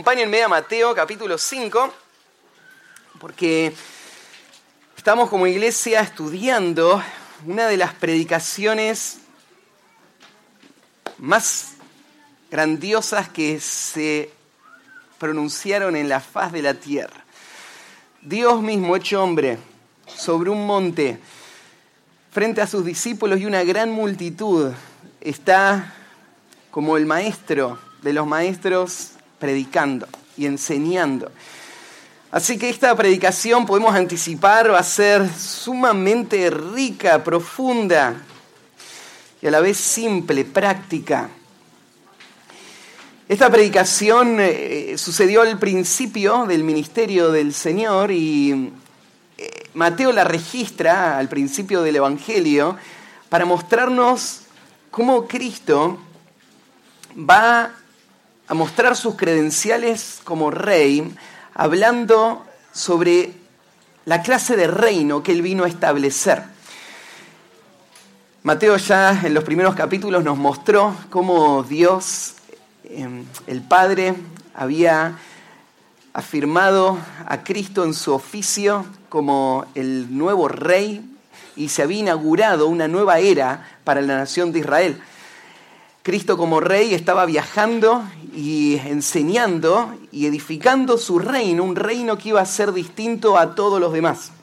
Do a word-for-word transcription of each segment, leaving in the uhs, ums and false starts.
Acompáñenme a Mateo capítulo cinco, porque estamos como iglesia estudiando una de las predicaciones más grandiosas que se pronunciaron en la faz de la tierra. Dios mismo hecho hombre sobre un monte, frente a sus discípulos y una gran multitud, está como el maestro de los maestros predicando y enseñando. Así que esta predicación, podemos anticipar, va a ser sumamente rica, profunda y a la vez simple, práctica. Esta predicación eh, sucedió al principio del ministerio del Señor y eh, Mateo la registra al principio del Evangelio para mostrarnos cómo Cristo va a mostrar sus credenciales como rey, hablando sobre la clase de reino que él vino a establecer. Mateo ya en los primeros capítulos nos mostró cómo Dios, eh, el Padre, había afirmado a Cristo en su oficio como el nuevo rey y se había inaugurado una nueva era para la nación de Israel. Cristo como rey estaba viajando y enseñando y edificando su reino, un reino que iba a ser distinto a todos los demás.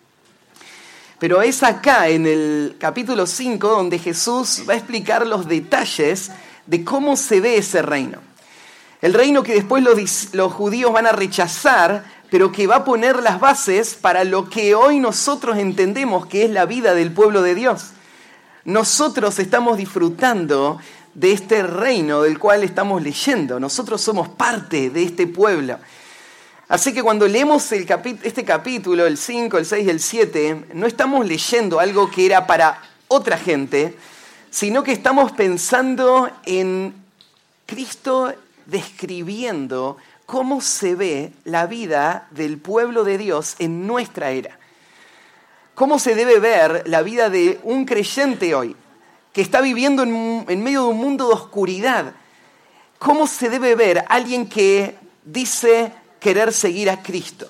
Pero es acá, en el capítulo cinco, donde Jesús va a explicar los detalles de cómo se ve ese reino. El reino que después los, los judíos van a rechazar, pero que va a poner las bases para lo que hoy nosotros entendemos que es la vida del pueblo de Dios. Nosotros estamos disfrutando de este reino del cual estamos leyendo. Nosotros somos parte de este pueblo. Así que cuando leemos el capi- este capítulo, el cinco, el seis y el siete, no estamos leyendo algo que era para otra gente, sino que estamos pensando en Cristo describiendo cómo se ve la vida del pueblo de Dios en nuestra era. Cómo se debe ver la vida de un creyente hoy, que está viviendo en, en medio de un mundo de oscuridad. ¿Cómo se debe ver alguien que dice querer seguir a Cristo?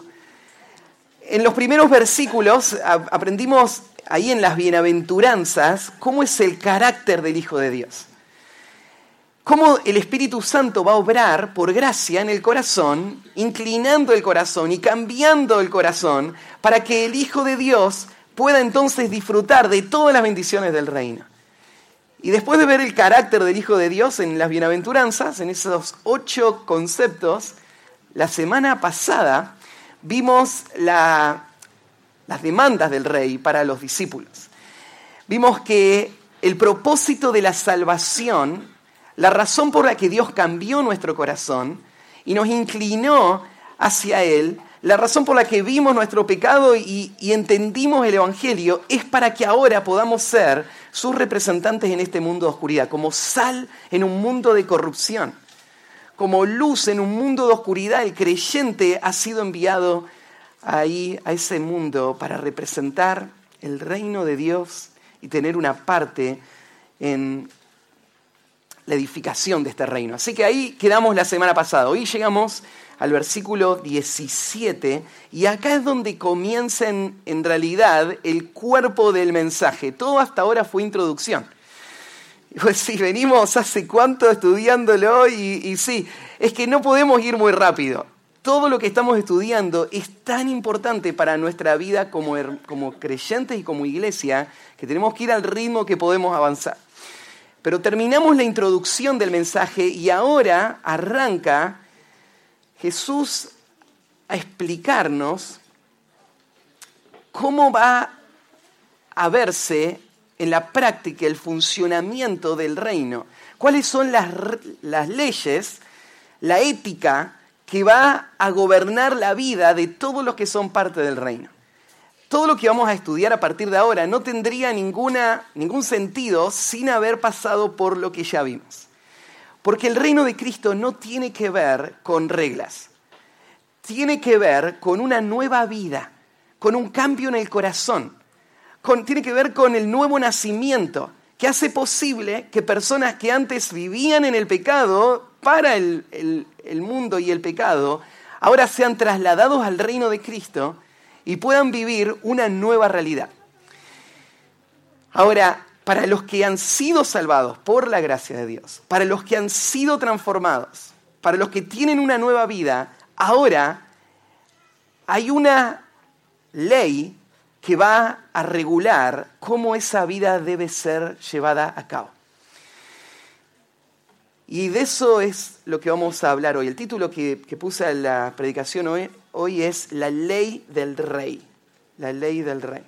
En los primeros versículos a, aprendimos ahí en las bienaventuranzas cómo es el carácter del Hijo de Dios. Cómo el Espíritu Santo va a obrar por gracia en el corazón, inclinando el corazón y cambiando el corazón para que el Hijo de Dios pueda entonces disfrutar de todas las bendiciones del reino. Y después de ver el carácter del Hijo de Dios en las bienaventuranzas, en esos ocho conceptos, la semana pasada vimos la, las demandas del rey para los discípulos. Vimos que el propósito de la salvación, la razón por la que Dios cambió nuestro corazón y nos inclinó hacia Él, la razón por la que vimos nuestro pecado y, y entendimos el Evangelio es para que ahora podamos ser sus representantes en este mundo de oscuridad, como sal en un mundo de corrupción, como luz en un mundo de oscuridad. El creyente ha sido enviado ahí a ese mundo para representar el reino de Dios y tener una parte en la edificación de este reino. Así que ahí quedamos la semana pasada. Hoy llegamos al versículo diecisiete, y acá es donde comienza en, en realidad el cuerpo del mensaje. Todo hasta ahora fue introducción. Pues sí, venimos hace cuánto estudiándolo y, y sí, es que no podemos ir muy rápido. Todo lo que estamos estudiando es tan importante para nuestra vida como, como creyentes y como iglesia que tenemos que ir al ritmo que podemos avanzar. Pero terminamos la introducción del mensaje y ahora arranca Jesús a explicarnos cómo va a verse en la práctica el funcionamiento del reino. ¿Cuáles son las, las leyes, la ética que va a gobernar la vida de todos los que son parte del reino? Todo lo que vamos a estudiar a partir de ahora no tendría ninguna, ningún sentido sin haber pasado por lo que ya vimos. Porque el reino de Cristo no tiene que ver con reglas. Tiene que ver con una nueva vida, con un cambio en el corazón. Con, tiene que ver con el nuevo nacimiento, que hace posible que personas que antes vivían en el pecado para el, el, el mundo y el pecado, ahora sean trasladados al reino de Cristo y puedan vivir una nueva realidad. Ahora, para los que han sido salvados por la gracia de Dios, para los que han sido transformados, para los que tienen una nueva vida, ahora hay una ley que va a regular cómo esa vida debe ser llevada a cabo. Y de eso es lo que vamos a hablar hoy. El título que, que puse a la predicación hoy, hoy es La Ley del Rey. La Ley del Rey.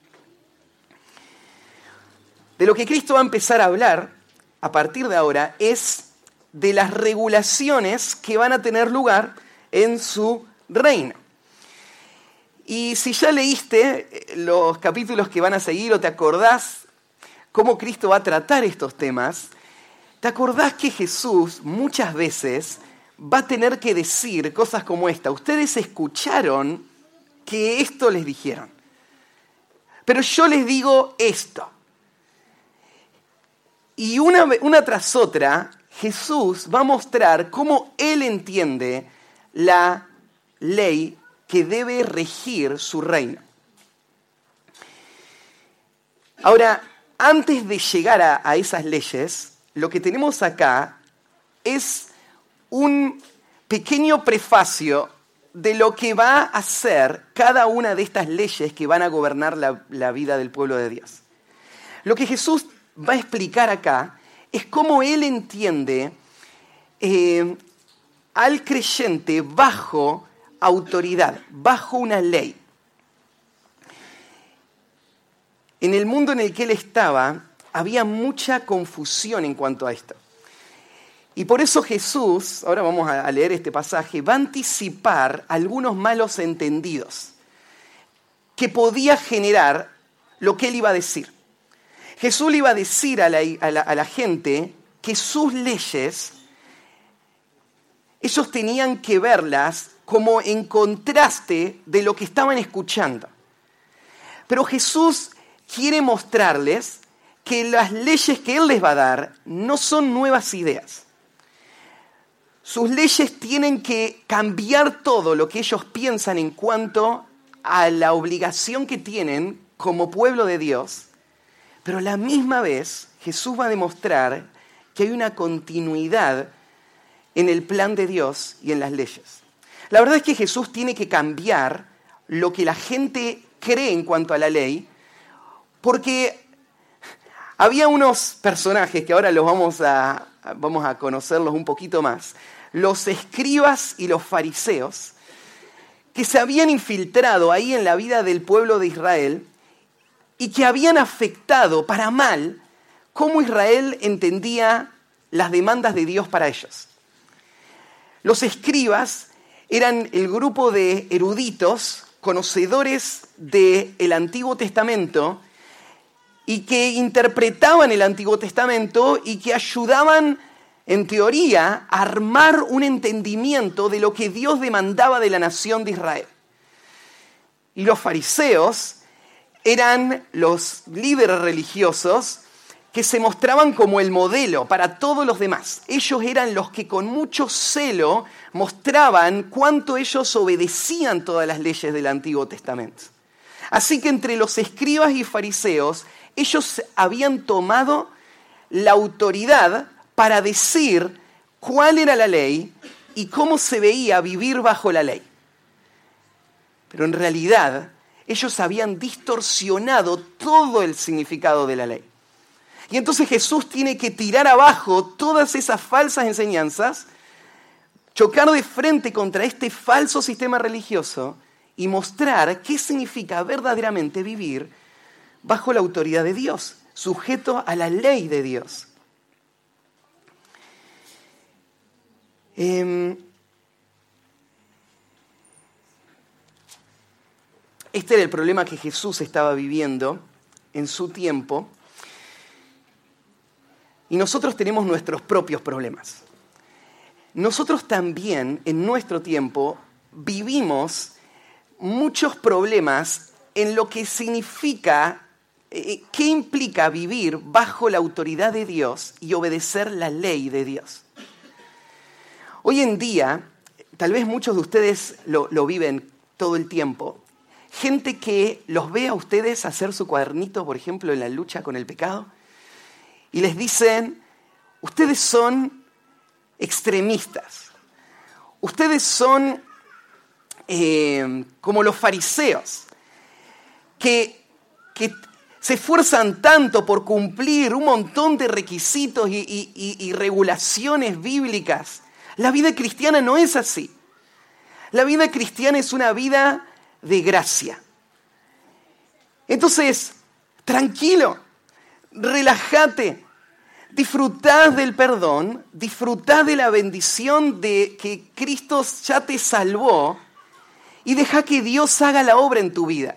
De lo que Cristo va a empezar a hablar a partir de ahora es de las regulaciones que van a tener lugar en su reino. Y si ya leíste los capítulos que van a seguir o te acordás cómo Cristo va a tratar estos temas, te acordás que Jesús muchas veces va a tener que decir cosas como esta. Ustedes escucharon que esto les dijeron, pero yo les digo esto. Y una, una tras otra, Jesús va a mostrar cómo Él entiende la ley que debe regir su reino. Ahora, antes de llegar a, a esas leyes, lo que tenemos acá es un pequeño prefacio de lo que va a ser cada una de estas leyes que van a gobernar la, la vida del pueblo de Dios. Lo que Jesús va a explicar acá es cómo Él entiende eh, al creyente bajo autoridad, bajo una ley. En el mundo en el que Él estaba, había mucha confusión en cuanto a esto. Y por eso Jesús, ahora vamos a leer este pasaje, va a anticipar algunos malos entendidos que podía generar lo que Él iba a decir. Jesús le iba a decir a la, a, la, a la gente que sus leyes, ellos tenían que verlas como en contraste de lo que estaban escuchando. Pero Jesús quiere mostrarles que las leyes que Él les va a dar no son nuevas ideas. Sus leyes tienen que cambiar todo lo que ellos piensan en cuanto a la obligación que tienen como pueblo de Dios. Pero a la misma vez, Jesús va a demostrar que hay una continuidad en el plan de Dios y en las leyes. La verdad es que Jesús tiene que cambiar lo que la gente cree en cuanto a la ley, porque había unos personajes que ahora los vamos a, vamos a conocerlos un poquito más, los escribas y los fariseos, que se habían infiltrado ahí en la vida del pueblo de Israel y que habían afectado para mal cómo Israel entendía las demandas de Dios para ellos. Los escribas eran el grupo de eruditos, conocedores del Antiguo Testamento y que interpretaban el Antiguo Testamento y que ayudaban, en teoría, a armar un entendimiento de lo que Dios demandaba de la nación de Israel. Y los fariseos eran los líderes religiosos que se mostraban como el modelo para todos los demás. Ellos eran los que con mucho celo mostraban cuánto ellos obedecían todas las leyes del Antiguo Testamento. Así que entre los escribas y fariseos, ellos habían tomado la autoridad para decir cuál era la ley y cómo se veía vivir bajo la ley. Pero en realidad, ellos habían distorsionado todo el significado de la ley. Y entonces Jesús tiene que tirar abajo todas esas falsas enseñanzas, chocar de frente contra este falso sistema religioso y mostrar qué significa verdaderamente vivir bajo la autoridad de Dios, sujeto a la ley de Dios. Eh, Este era el problema que Jesús estaba viviendo en su tiempo. Y nosotros tenemos nuestros propios problemas. Nosotros también, en nuestro tiempo, vivimos muchos problemas en lo que significa, eh, qué implica vivir bajo la autoridad de Dios y obedecer la ley de Dios. Hoy en día, tal vez muchos de ustedes lo, lo viven todo el tiempo, gente que los ve a ustedes hacer su cuadernito, por ejemplo, en la lucha con el pecado, y les dicen, ustedes son extremistas, ustedes son eh, como los fariseos, que, que se esfuerzan tanto por cumplir un montón de requisitos y, y, y, y regulaciones bíblicas. La vida cristiana no es así. La vida cristiana es una vida de gracia. Entonces, tranquilo, relájate, disfrutá del perdón, disfrutá de la bendición de que Cristo ya te salvó y deja que Dios haga la obra en tu vida.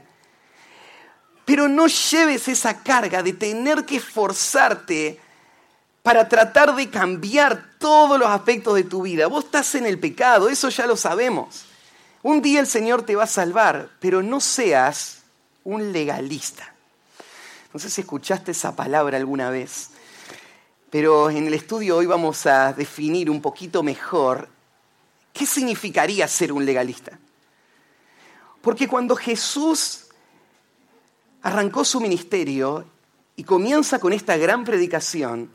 Pero no lleves esa carga de tener que esforzarte para tratar de cambiar todos los aspectos de tu vida. Vos estás en el pecado, eso ya lo sabemos. Un día el Señor te va a salvar, pero no seas un legalista. No sé si escuchaste esa palabra alguna vez, pero en el estudio hoy vamos a definir un poquito mejor qué significaría ser un legalista. Porque cuando Jesús arrancó su ministerio y comienza con esta gran predicación,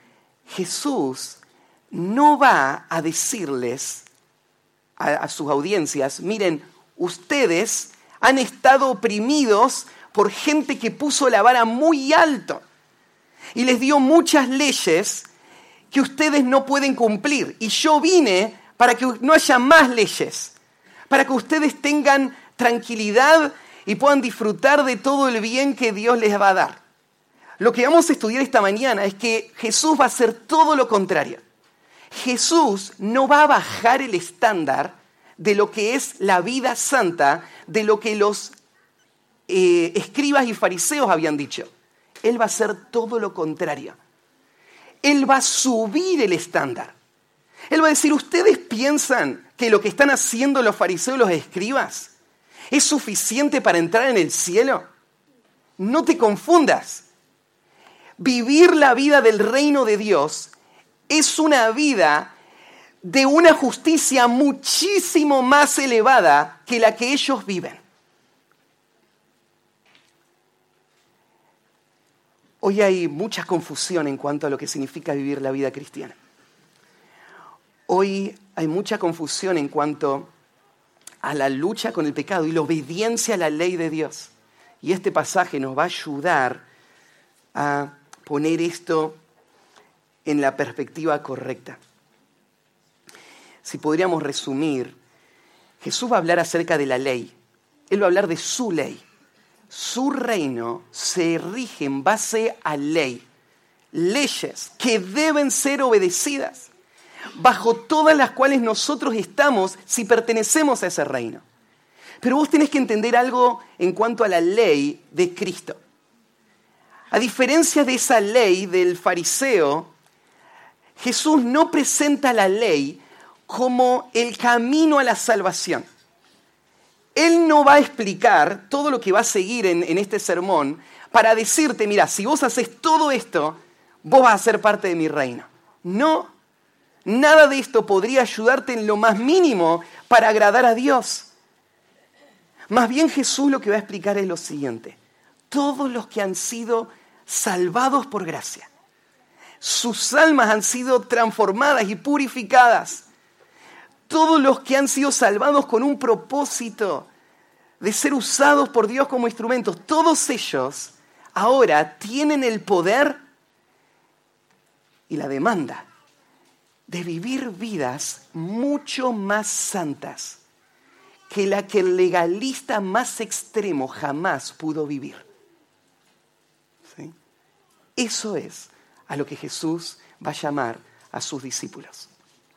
Jesús no va a decirles a, a sus audiencias, miren, ustedes han estado oprimidos por gente que puso la vara muy alto y les dio muchas leyes que ustedes no pueden cumplir. Y yo vine para que no haya más leyes, para que ustedes tengan tranquilidad y puedan disfrutar de todo el bien que Dios les va a dar. Lo que vamos a estudiar esta mañana es que Jesús va a hacer todo lo contrario. Jesús no va a bajar el estándar de lo que es la vida santa, de lo que los eh, escribas y fariseos habían dicho. Él va a hacer todo lo contrario. Él va a subir el estándar. Él va a decir, ¿ustedes piensan que lo que están haciendo los fariseos y los escribas es suficiente para entrar en el cielo? No te confundas. Vivir la vida del reino de Dios es una vida de una justicia muchísimo más elevada que la que ellos viven. Hoy hay mucha confusión en cuanto a lo que significa vivir la vida cristiana. Hoy hay mucha confusión en cuanto a la lucha con el pecado y la obediencia a la ley de Dios. Y este pasaje nos va a ayudar a poner esto en la perspectiva correcta. Si podríamos resumir, Jesús va a hablar acerca de la ley. Él va a hablar de su ley. Su reino se rige en base a ley. Leyes que deben ser obedecidas, bajo todas las cuales nosotros estamos si pertenecemos a ese reino. Pero vos tenés que entender algo en cuanto a la ley de Cristo. A diferencia de esa ley del fariseo, Jesús no presenta la ley como el camino a la salvación. Él no va a explicar todo lo que va a seguir en, en este sermón para decirte, mira, si vos haces todo esto, vos vas a ser parte de mi reino. No, nada de esto podría ayudarte en lo más mínimo para agradar a Dios. Más bien Jesús lo que va a explicar es lo siguiente. Todos los que han sido salvados por gracia, sus almas han sido transformadas y purificadas. Todos los que han sido salvados con un propósito de ser usados por Dios como instrumentos, todos ellos ahora tienen el poder y la demanda de vivir vidas mucho más santas que la que el legalista más extremo jamás pudo vivir. ¿Sí? Eso es a lo que Jesús va a llamar a sus discípulos.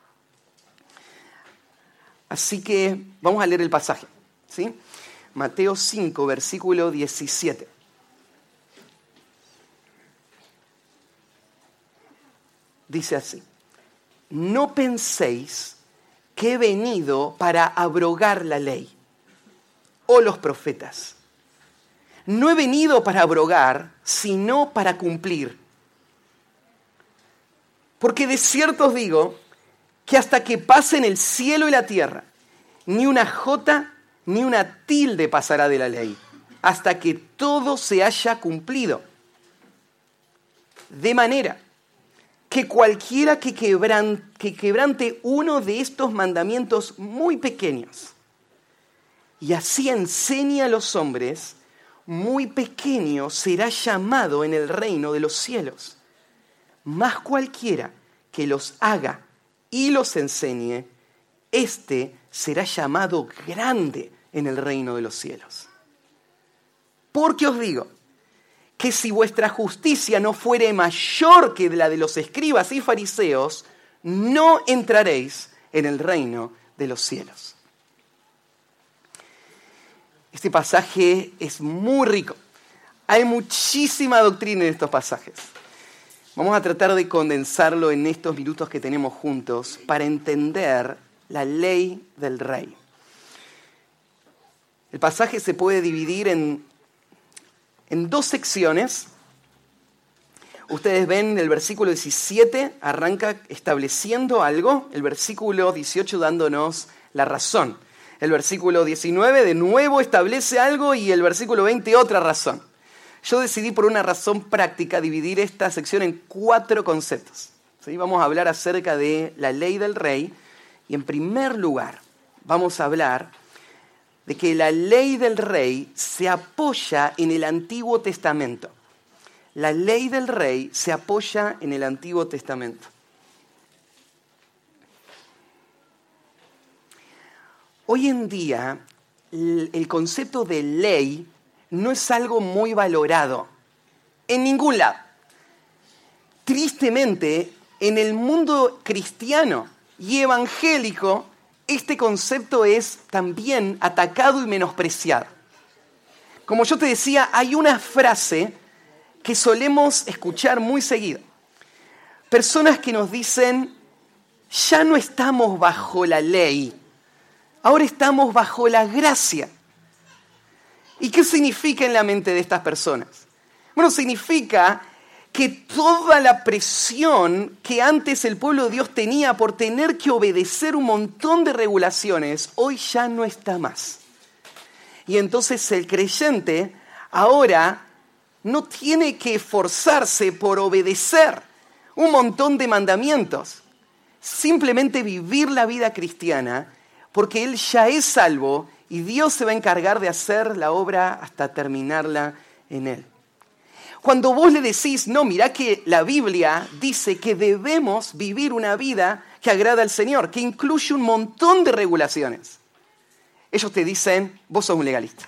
Así que vamos a leer el pasaje, ¿sí? Mateo cinco, versículo diecisiete. Dice así: no penséis que he venido para abrogar la ley o los profetas. No he venido para abrogar, sino para cumplir. Porque de cierto os digo que hasta que pasen el cielo y la tierra, ni una jota ni una tilde pasará de la ley, hasta que todo se haya cumplido. De manera que cualquiera que, quebran, que quebrante uno de estos mandamientos muy pequeños y así enseñe a los hombres, muy pequeño será llamado en el reino de los cielos. Mas cualquiera que los haga y los enseñe, éste será llamado grande en el reino de los cielos. Porque os digo que si vuestra justicia no fuere mayor que la de los escribas y fariseos, no entraréis en el reino de los cielos. Este pasaje es muy rico. Hay muchísima doctrina en estos pasajes. Vamos a tratar de condensarlo en estos minutos que tenemos juntos para entender la ley del rey. El pasaje se puede dividir en, en dos secciones. Ustedes ven el versículo diecisiete, arranca estableciendo algo, el versículo dieciocho dándonos la razón. El versículo diecinueve de nuevo establece algo y el versículo veinte otra razón. Yo decidí por una razón práctica dividir esta sección en cuatro conceptos. ¿Sí? Vamos a hablar acerca de la ley del rey y en primer lugar vamos a hablar de que la ley del rey se apoya en el Antiguo Testamento. La ley del rey se apoya en el Antiguo Testamento. Hoy en día el concepto de ley no es algo muy valorado en ningún lado. Tristemente, en el mundo cristiano y evangélico, este concepto es también atacado y menospreciado. Como yo te decía, hay una frase que solemos escuchar muy seguido. Personas que nos dicen, ya no estamos bajo la ley, ahora estamos bajo la gracia. ¿Y qué significa en la mente de estas personas? Bueno, significa que toda la presión que antes el pueblo de Dios tenía por tener que obedecer un montón de regulaciones, hoy ya no está más. Y entonces el creyente ahora no tiene que esforzarse por obedecer un montón de mandamientos, simplemente vivir la vida cristiana, porque él ya es salvo y Dios se va a encargar de hacer la obra hasta terminarla en él. Cuando vos le decís, no, mirá que la Biblia dice que debemos vivir una vida que agrada al Señor, que incluye un montón de regulaciones. Ellos te dicen, vos sos un legalista.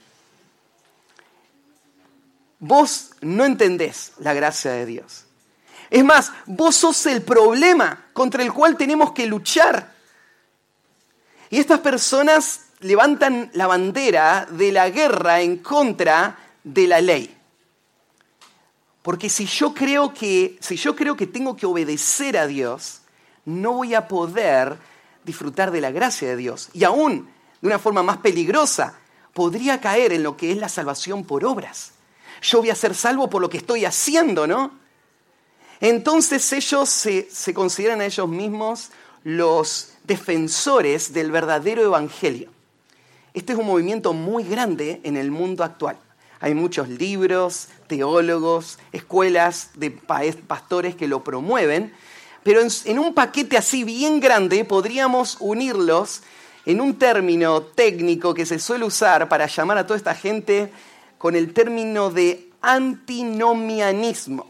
Vos no entendés la gracia de Dios. Es más, vos sos el problema contra el cual tenemos que luchar. Y estas personas levantan la bandera de la guerra en contra de la ley. Porque si yo creo que, si yo creo que tengo que obedecer a Dios, no voy a poder disfrutar de la gracia de Dios. Y aún, de una forma más peligrosa, podría caer en lo que es la salvación por obras. Yo voy a ser salvo por lo que estoy haciendo, ¿no? Entonces ellos se, se consideran a ellos mismos los defensores del verdadero evangelio. Este es un movimiento muy grande en el mundo actual. Hay muchos libros, teólogos, escuelas de pastores que lo promueven, pero en, en un paquete así bien grande podríamos unirlos en un término técnico que se suele usar para llamar a toda esta gente con el término de antinomianismo.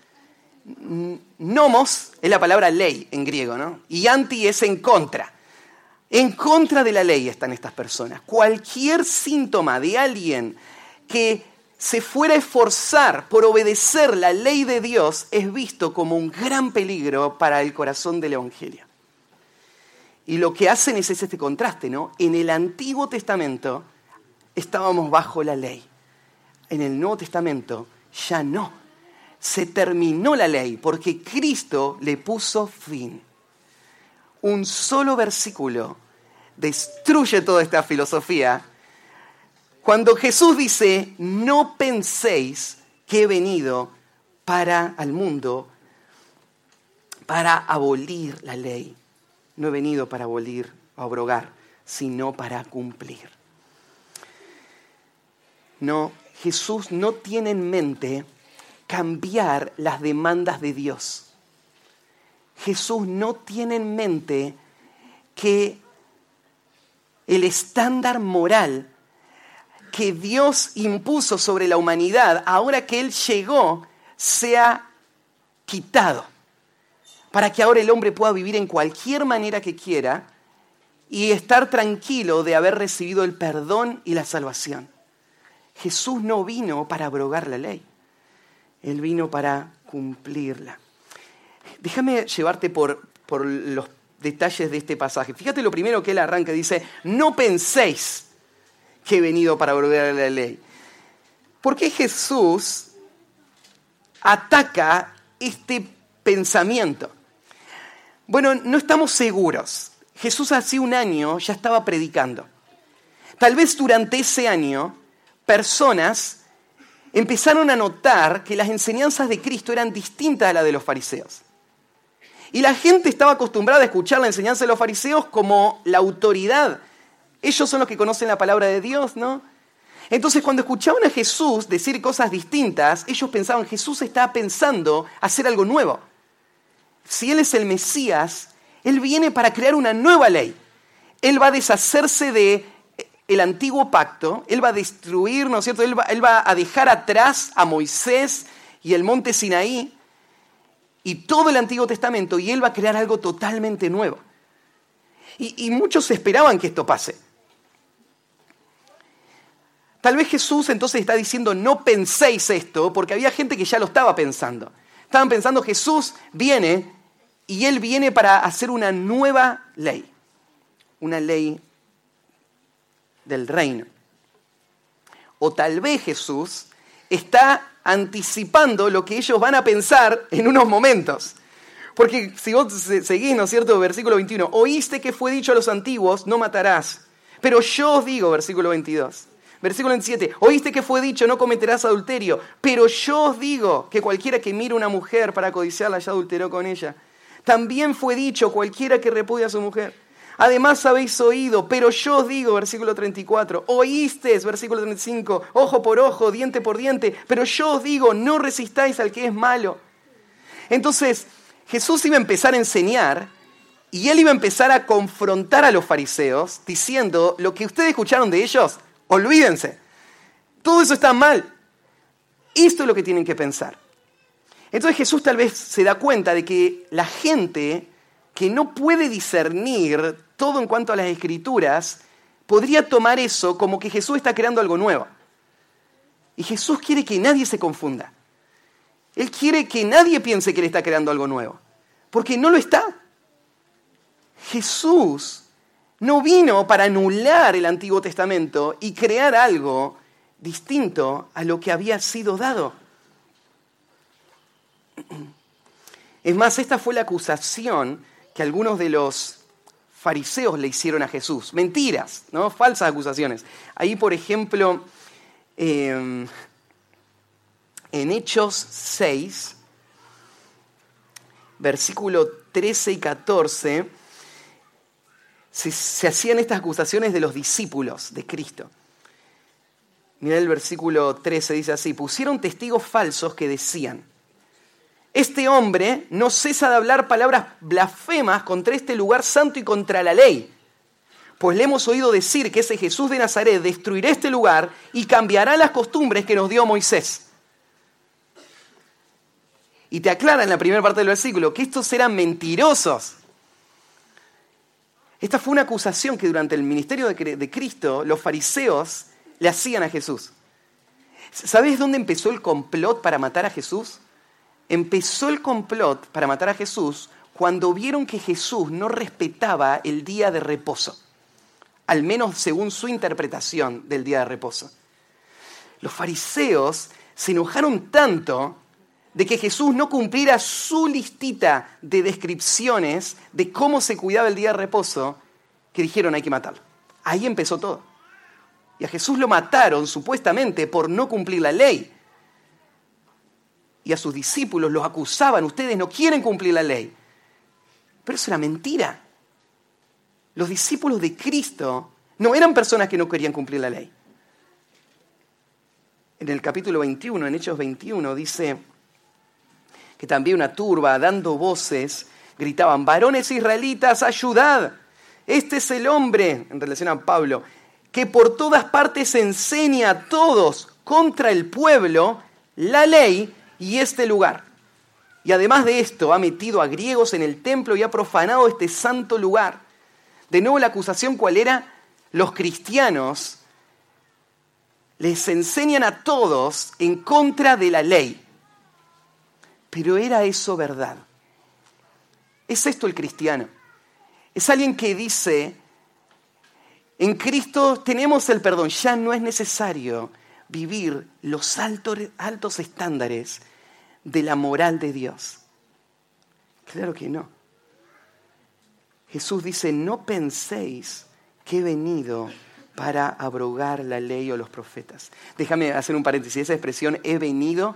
Nomos es la palabra ley en griego, ¿no? Y anti es en contra. En contra de la ley están estas personas. Cualquier síntoma de alguien que se fuera a esforzar por obedecer la ley de Dios es visto como un gran peligro para el corazón del evangelio. Y lo que hacen es este contraste, ¿no? En el Antiguo Testamento estábamos bajo la ley. En el Nuevo Testamento ya no. Se terminó la ley porque Cristo le puso fin. Un solo versículo destruye toda esta filosofía. Cuando Jesús dice, no penséis que he venido para al mundo para abolir la ley. no he venido para abolir o abrogar, sino para cumplir. No, Jesús no tiene en mente cambiar las demandas de Dios. Jesús no tiene en mente que el estándar moral que Dios impuso sobre la humanidad, ahora que Él llegó, sea quitado, para que ahora el hombre pueda vivir en cualquier manera que quiera y estar tranquilo de haber recibido el perdón y la salvación. Jesús no vino para abrogar la ley, Él vino para cumplirla. Déjame llevarte por, por los detalles de este pasaje. Fíjate lo primero que Él arranca, dice, no penséis que he venido para abrogar la ley. ¿Por qué Jesús ataca este pensamiento? Bueno, no estamos seguros. Jesús hace un año ya estaba predicando. Tal vez durante ese año, personas empezaron a notar que las enseñanzas de Cristo eran distintas a las de los fariseos. Y la gente estaba acostumbrada a escuchar la enseñanza de los fariseos como la autoridad. Ellos son los que conocen la palabra de Dios, ¿no? Entonces, cuando escuchaban a Jesús decir cosas distintas, ellos pensaban, Jesús estaba pensando hacer algo nuevo. Si Él es el Mesías, Él viene para crear una nueva ley. Él va a deshacerse del antiguo pacto, Él va a destruir, ¿no es cierto? Él va, él va a dejar atrás a Moisés y el monte Sinaí y todo el Antiguo Testamento, y Él va a crear algo totalmente nuevo. Y, y muchos esperaban que esto pase. Tal vez Jesús entonces está diciendo, no penséis esto, porque había gente que ya lo estaba pensando. Estaban pensando, Jesús viene y Él viene para hacer una nueva ley. Una ley del reino. O tal vez Jesús está anticipando lo que ellos van a pensar en unos momentos. Porque si vos seguís, ¿no es cierto? Versículo veintiuno. Oíste que fue dicho a los antiguos, no matarás. Pero yo os digo, versículo veintidós. Versículo veintisiete. Oíste que fue dicho, no cometerás adulterio. Pero yo os digo que cualquiera que mire a una mujer para codiciarla ya adulteró con ella. También fue dicho, cualquiera que repudia a su mujer. Además habéis oído, pero yo os digo, versículo treinta y cuatro, oísteis, versículo treinta y cinco, ojo por ojo, diente por diente, pero yo os digo, no resistáis al que es malo. Entonces, Jesús iba a empezar a enseñar y Él iba a empezar a confrontar a los fariseos diciendo, lo que ustedes escucharon de ellos, olvídense, todo eso está mal. Esto es lo que tienen que pensar. Entonces Jesús tal vez se da cuenta de que la gente que no puede discernir todo en cuanto a las Escrituras, podría tomar eso como que Jesús está creando algo nuevo. Y Jesús quiere que nadie se confunda. Él quiere que nadie piense que Él está creando algo nuevo, porque no lo está. Jesús no vino para anular el Antiguo Testamento y crear algo distinto a lo que había sido dado. Es más, esta fue la acusación que algunos de los fariseos le hicieron a Jesús. Mentiras, ¿no? Falsas acusaciones. Ahí, por ejemplo, eh, en Hechos seis, versículo trece y catorce, se, se hacían estas acusaciones de los discípulos de Cristo. Mirá el versículo trece, dice así, pusieron testigos falsos que decían, este hombre no cesa de hablar palabras blasfemas contra este lugar santo y contra la ley. Pues le hemos oído decir que ese Jesús de Nazaret destruirá este lugar y cambiará las costumbres que nos dio Moisés. Y te aclara en la primera parte del versículo que estos eran mentirosos. Esta fue una acusación que durante el ministerio de Cristo los fariseos le hacían a Jesús. ¿Sabes dónde empezó el complot para matar a Jesús? Empezó el complot para matar a Jesús cuando vieron que Jesús no respetaba el día de reposo, al menos según su interpretación del día de reposo. Los fariseos se enojaron tanto de que Jesús no cumpliera su listita de descripciones de cómo se cuidaba el día de reposo, que dijeron hay que matarlo. Ahí empezó todo. Y a Jesús lo mataron supuestamente por no cumplir la ley. Y a sus discípulos los acusaban, ustedes no quieren cumplir la ley. Pero eso era mentira. Los discípulos de Cristo no eran personas que no querían cumplir la ley. En el capítulo veintiuno, en Hechos veintiuno, dice que también una turba, dando voces, gritaban: varones israelitas, ayudad. Este es el hombre, en relación a Pablo, que por todas partes enseña a todos contra el pueblo la ley y este lugar. Y además de esto, ha metido a griegos en el templo y ha profanado este santo lugar. De nuevo, la acusación, ¿cuál era? Los cristianos les enseñan a todos en contra de la ley. Pero ¿era eso verdad? ¿Es esto el cristiano? Es alguien que dice: en Cristo tenemos el perdón, ya no es necesario vivir los altos, altos estándares de la moral de Dios. Claro que no. Jesús dice: no penséis que he venido para abrogar la ley o los profetas. Déjame hacer un paréntesis. Esa expresión "he venido"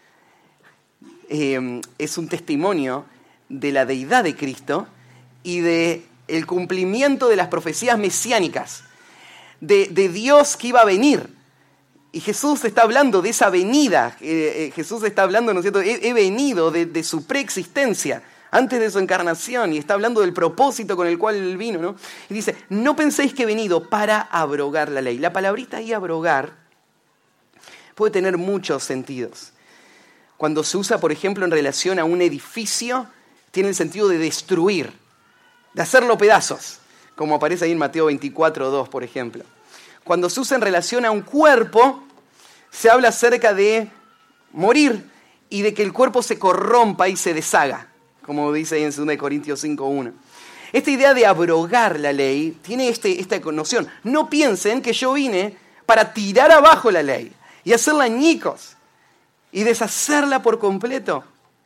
eh, es un testimonio de la deidad de Cristo y de el cumplimiento de las profecías mesiánicas, de, de Dios que iba a venir. Y Jesús está hablando de esa venida. Eh, eh, Jesús está hablando, ¿no es cierto? He, he venido de, de su preexistencia, antes de su encarnación, y está hablando del propósito con el cual él vino, ¿no? Y dice: no penséis que he venido para abrogar la ley. La palabrita ahí, abrogar, puede tener muchos sentidos. Cuando se usa, por ejemplo, en relación a un edificio, tiene el sentido de destruir, de hacerlo pedazos, como aparece ahí en Mateo veinticuatro dos, por ejemplo. Cuando se usa en relación a un cuerpo, se habla acerca de morir y de que el cuerpo se corrompa y se deshaga, como dice ahí en segunda Corintios cinco uno. Esta idea de abrogar la ley tiene este, esta noción. No piensen que yo vine para tirar abajo la ley y hacerla añicos y deshacerla por completo.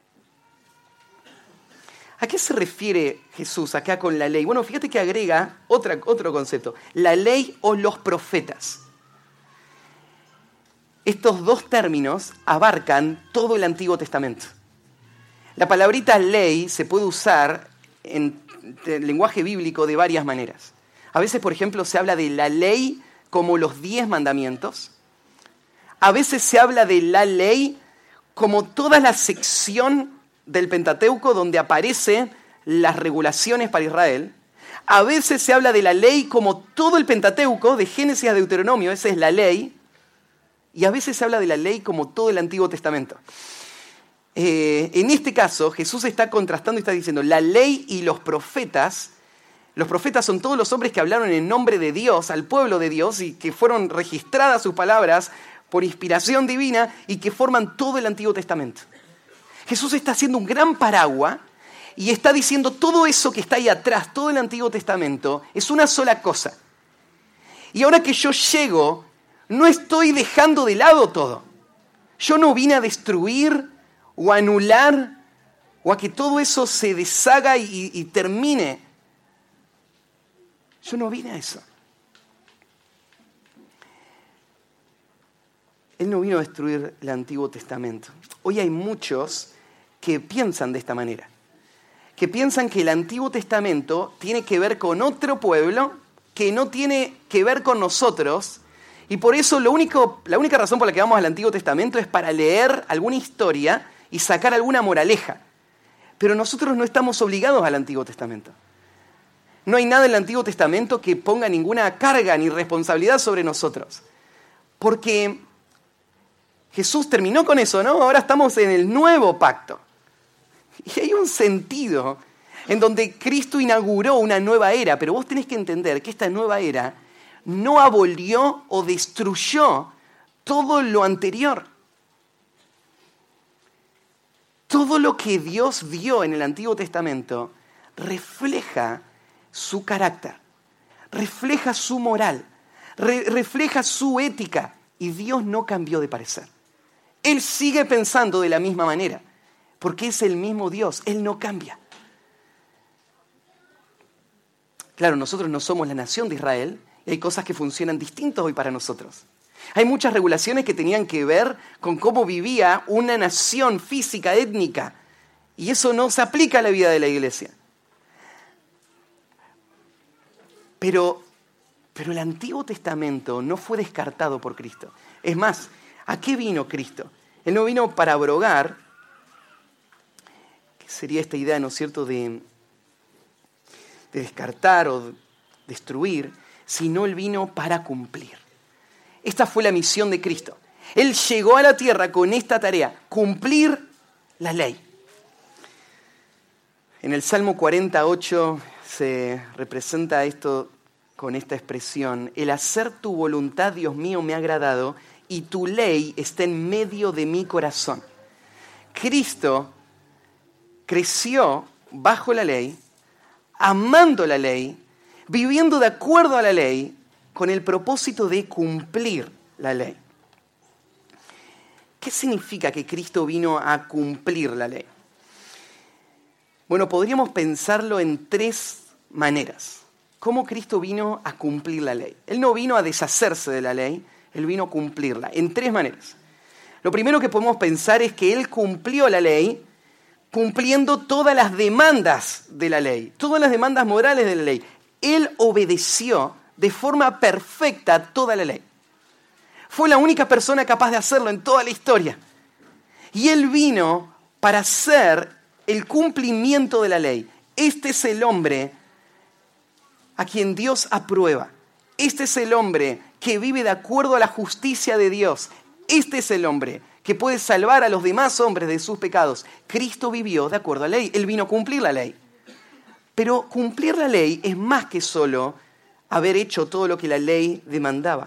¿A qué se refiere Jesús acá con la ley? Bueno, fíjate que agrega otra, otro concepto: la ley o los profetas. Estos dos términos abarcan todo el Antiguo Testamento. La palabrita ley se puede usar en el lenguaje bíblico de varias maneras. A veces, por ejemplo, se habla de la ley como los diez mandamientos. A veces se habla de la ley como toda la sección del Pentateuco donde aparecen las regulaciones para Israel. A veces se habla de la ley como todo el Pentateuco, de Génesis a Deuteronomio, esa es la ley. Y a veces se habla de la ley como todo el Antiguo Testamento. Eh, en este caso, Jesús está contrastando y está diciendo: la ley y los profetas. Los profetas son todos los hombres que hablaron en nombre de Dios, al pueblo de Dios, y que fueron registradas sus palabras por inspiración divina y que forman todo el Antiguo Testamento. Jesús está haciendo un gran paraguas y está diciendo: todo eso que está ahí atrás, todo el Antiguo Testamento, es una sola cosa. Y ahora que yo llego, no estoy dejando de lado todo. Yo no vine a destruir o a anular o a que todo eso se deshaga y, y termine. Yo no vine a eso. Él no vino a destruir el Antiguo Testamento. Hoy hay muchos que piensan de esta manera, que piensan que el Antiguo Testamento tiene que ver con otro pueblo, que no tiene que ver con nosotros, y por eso lo único, la única razón por la que vamos al Antiguo Testamento es para leer alguna historia y sacar alguna moraleja. Pero nosotros no estamos obligados al Antiguo Testamento. No hay nada en el Antiguo Testamento que ponga ninguna carga ni responsabilidad sobre nosotros. Porque Jesús terminó con eso, ¿no? Ahora estamos en el nuevo pacto. Y hay un sentido en donde Cristo inauguró una nueva era, pero vos tenés que entender que esta nueva era no abolió o destruyó todo lo anterior. Todo lo que Dios dio en el Antiguo Testamento refleja su carácter, refleja su moral, re- refleja su ética, y Dios no cambió de parecer. Él sigue pensando de la misma manera, porque es el mismo Dios, Él no cambia. Claro, nosotros no somos la nación de Israel, y hay cosas que funcionan distintas hoy para nosotros. Hay muchas regulaciones que tenían que ver con cómo vivía una nación física, étnica, y eso no se aplica a la vida de la iglesia. Pero, pero el Antiguo Testamento no fue descartado por Cristo. Es más, ¿a qué vino Cristo? Él no vino para abrogar, que sería esta idea, ¿no es cierto?, de, de descartar o destruir, sino Él vino para cumplir. Esta fue la misión de Cristo. Él llegó a la tierra con esta tarea, cumplir la ley. En el Salmo cuarenta y ocho se representa esto con esta expresión: el hacer tu voluntad, Dios mío, me ha agradado, y tu ley está en medio de mi corazón. Cristo creció bajo la ley, amando la ley, viviendo de acuerdo a la ley, con el propósito de cumplir la ley. ¿Qué significa que Cristo vino a cumplir la ley? Bueno, podríamos pensarlo en tres maneras. ¿Cómo Cristo vino a cumplir la ley? Él no vino a deshacerse de la ley, Él vino a cumplirla, en tres maneras. Lo primero que podemos pensar es que Él cumplió la ley cumpliendo todas las demandas de la ley, todas las demandas morales de la ley. Él obedeció de forma perfecta toda la ley. Fue la única persona capaz de hacerlo en toda la historia. Y Él vino para hacer el cumplimiento de la ley. Este es el hombre a quien Dios aprueba. Este es el hombre que vive de acuerdo a la justicia de Dios. Este es el hombre que puede salvar a los demás hombres de sus pecados. Cristo vivió de acuerdo a la ley. Él vino a cumplir la ley. Pero cumplir la ley es más que solo haber hecho todo lo que la ley demandaba.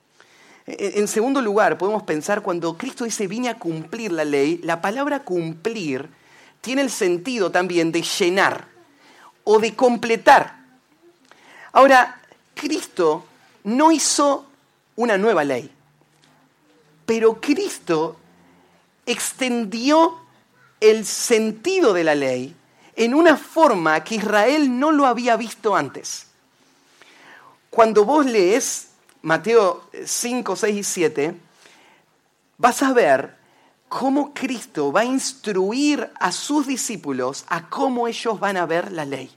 En segundo lugar, podemos pensar cuando Cristo dice vine a cumplir la ley, la palabra cumplir tiene el sentido también de llenar o de completar. Ahora, Cristo no hizo una nueva ley, pero Cristo extendió el sentido de la ley en una forma que Israel no lo había visto antes. Cuando vos lees Mateo cinco, seis y siete, vas a ver cómo Cristo va a instruir a sus discípulos a cómo ellos van a ver la ley.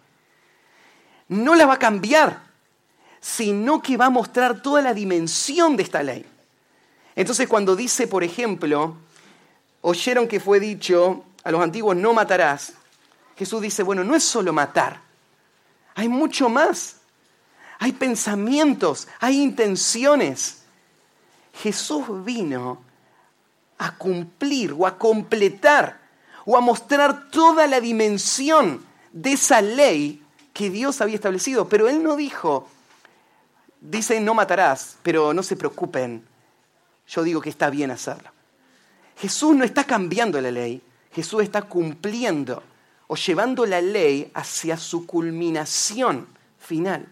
No la va a cambiar, sino que va a mostrar toda la dimensión de esta ley. Entonces, cuando dice, por ejemplo, oyeron que fue dicho a los antiguos, no matarás, Jesús dice, bueno, no es solo matar, hay mucho más. Hay pensamientos, hay intenciones. Jesús vino a cumplir o a completar o a mostrar toda la dimensión de esa ley que Dios había establecido. Pero Él no dijo, dice no matarás, pero no se preocupen, yo digo que está bien hacerlo. Jesús no está cambiando la ley, Jesús está cumpliendo o llevando la ley hacia su culminación final.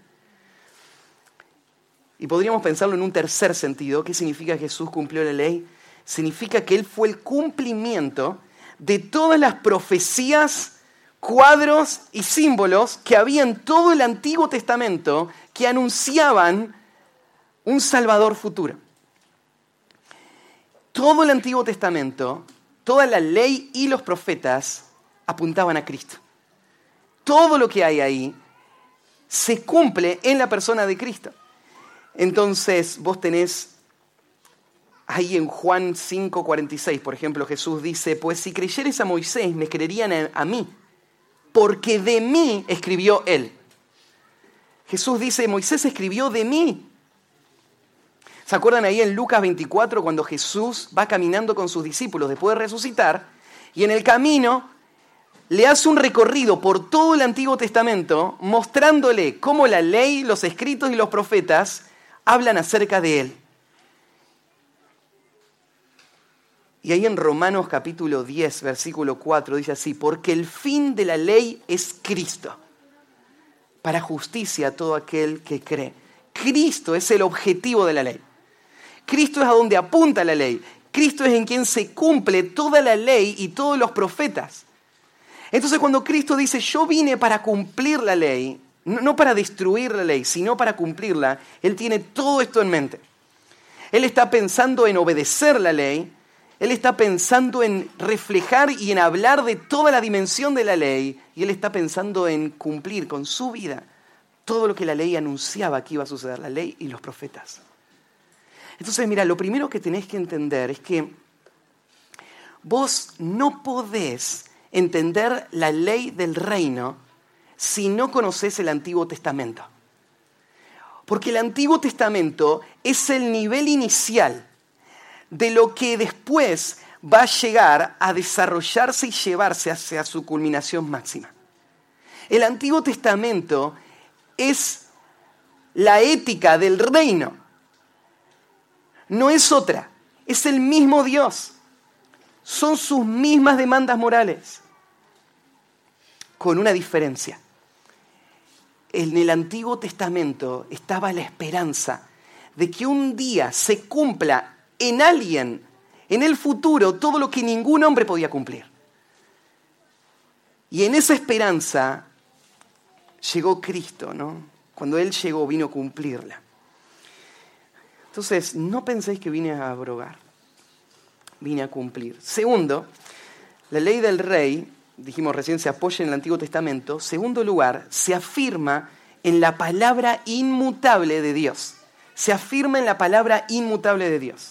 Y podríamos pensarlo en un tercer sentido. ¿Qué significa que Jesús cumplió la ley? Significa que Él fue el cumplimiento de todas las profecías, cuadros y símbolos que había en todo el Antiguo Testamento que anunciaban un Salvador futuro. Todo el Antiguo Testamento, toda la ley y los profetas apuntaban a Cristo. Todo lo que hay ahí se cumple en la persona de Cristo. Entonces, vos tenés ahí en Juan cinco, cuarenta y seis, por ejemplo, Jesús dice, pues si creyeres a Moisés, me creerían a, a mí, porque de mí escribió él. Jesús dice, Moisés escribió de mí. ¿Se acuerdan ahí en Lucas veinticuatro, cuando Jesús va caminando con sus discípulos después de resucitar, y en el camino le hace un recorrido por todo el Antiguo Testamento, mostrándole cómo la ley, los escritos y los profetas hablan acerca de Él. Y ahí en Romanos capítulo diez, versículo cuatro, dice así, porque el fin de la ley es Cristo, para justicia a todo aquel que cree. Cristo es el objetivo de la ley. Cristo es a donde apunta la ley. Cristo es en quien se cumple toda la ley y todos los profetas. Entonces cuando Cristo dice, yo vine para cumplir la ley, no para destruir la ley, sino para cumplirla, Él tiene todo esto en mente. Él está pensando en obedecer la ley, Él está pensando en reflejar y en hablar de toda la dimensión de la ley, y Él está pensando en cumplir con su vida todo lo que la ley anunciaba que iba a suceder, la ley y los profetas. Entonces, mira, lo primero que tenés que entender es que vos no podés entender la ley del reino si no conocés el Antiguo Testamento. Porque el Antiguo Testamento es el nivel inicial de lo que después va a llegar a desarrollarse y llevarse hacia su culminación máxima. El Antiguo Testamento es la ética del reino. No es otra, es el mismo Dios. Son sus mismas demandas morales, con una diferencia. En el Antiguo Testamento estaba la esperanza de que un día se cumpla en alguien, en el futuro, todo lo que ningún hombre podía cumplir. Y en esa esperanza llegó Cristo, ¿no? Cuando Él llegó, vino a cumplirla. Entonces, no penséis que vine a abrogar, vine a cumplir. Segundo, la ley del rey, dijimos recién, se apoya en el Antiguo Testamento. Segundo lugar, se afirma en la palabra inmutable de Dios. Se afirma en la palabra inmutable de Dios.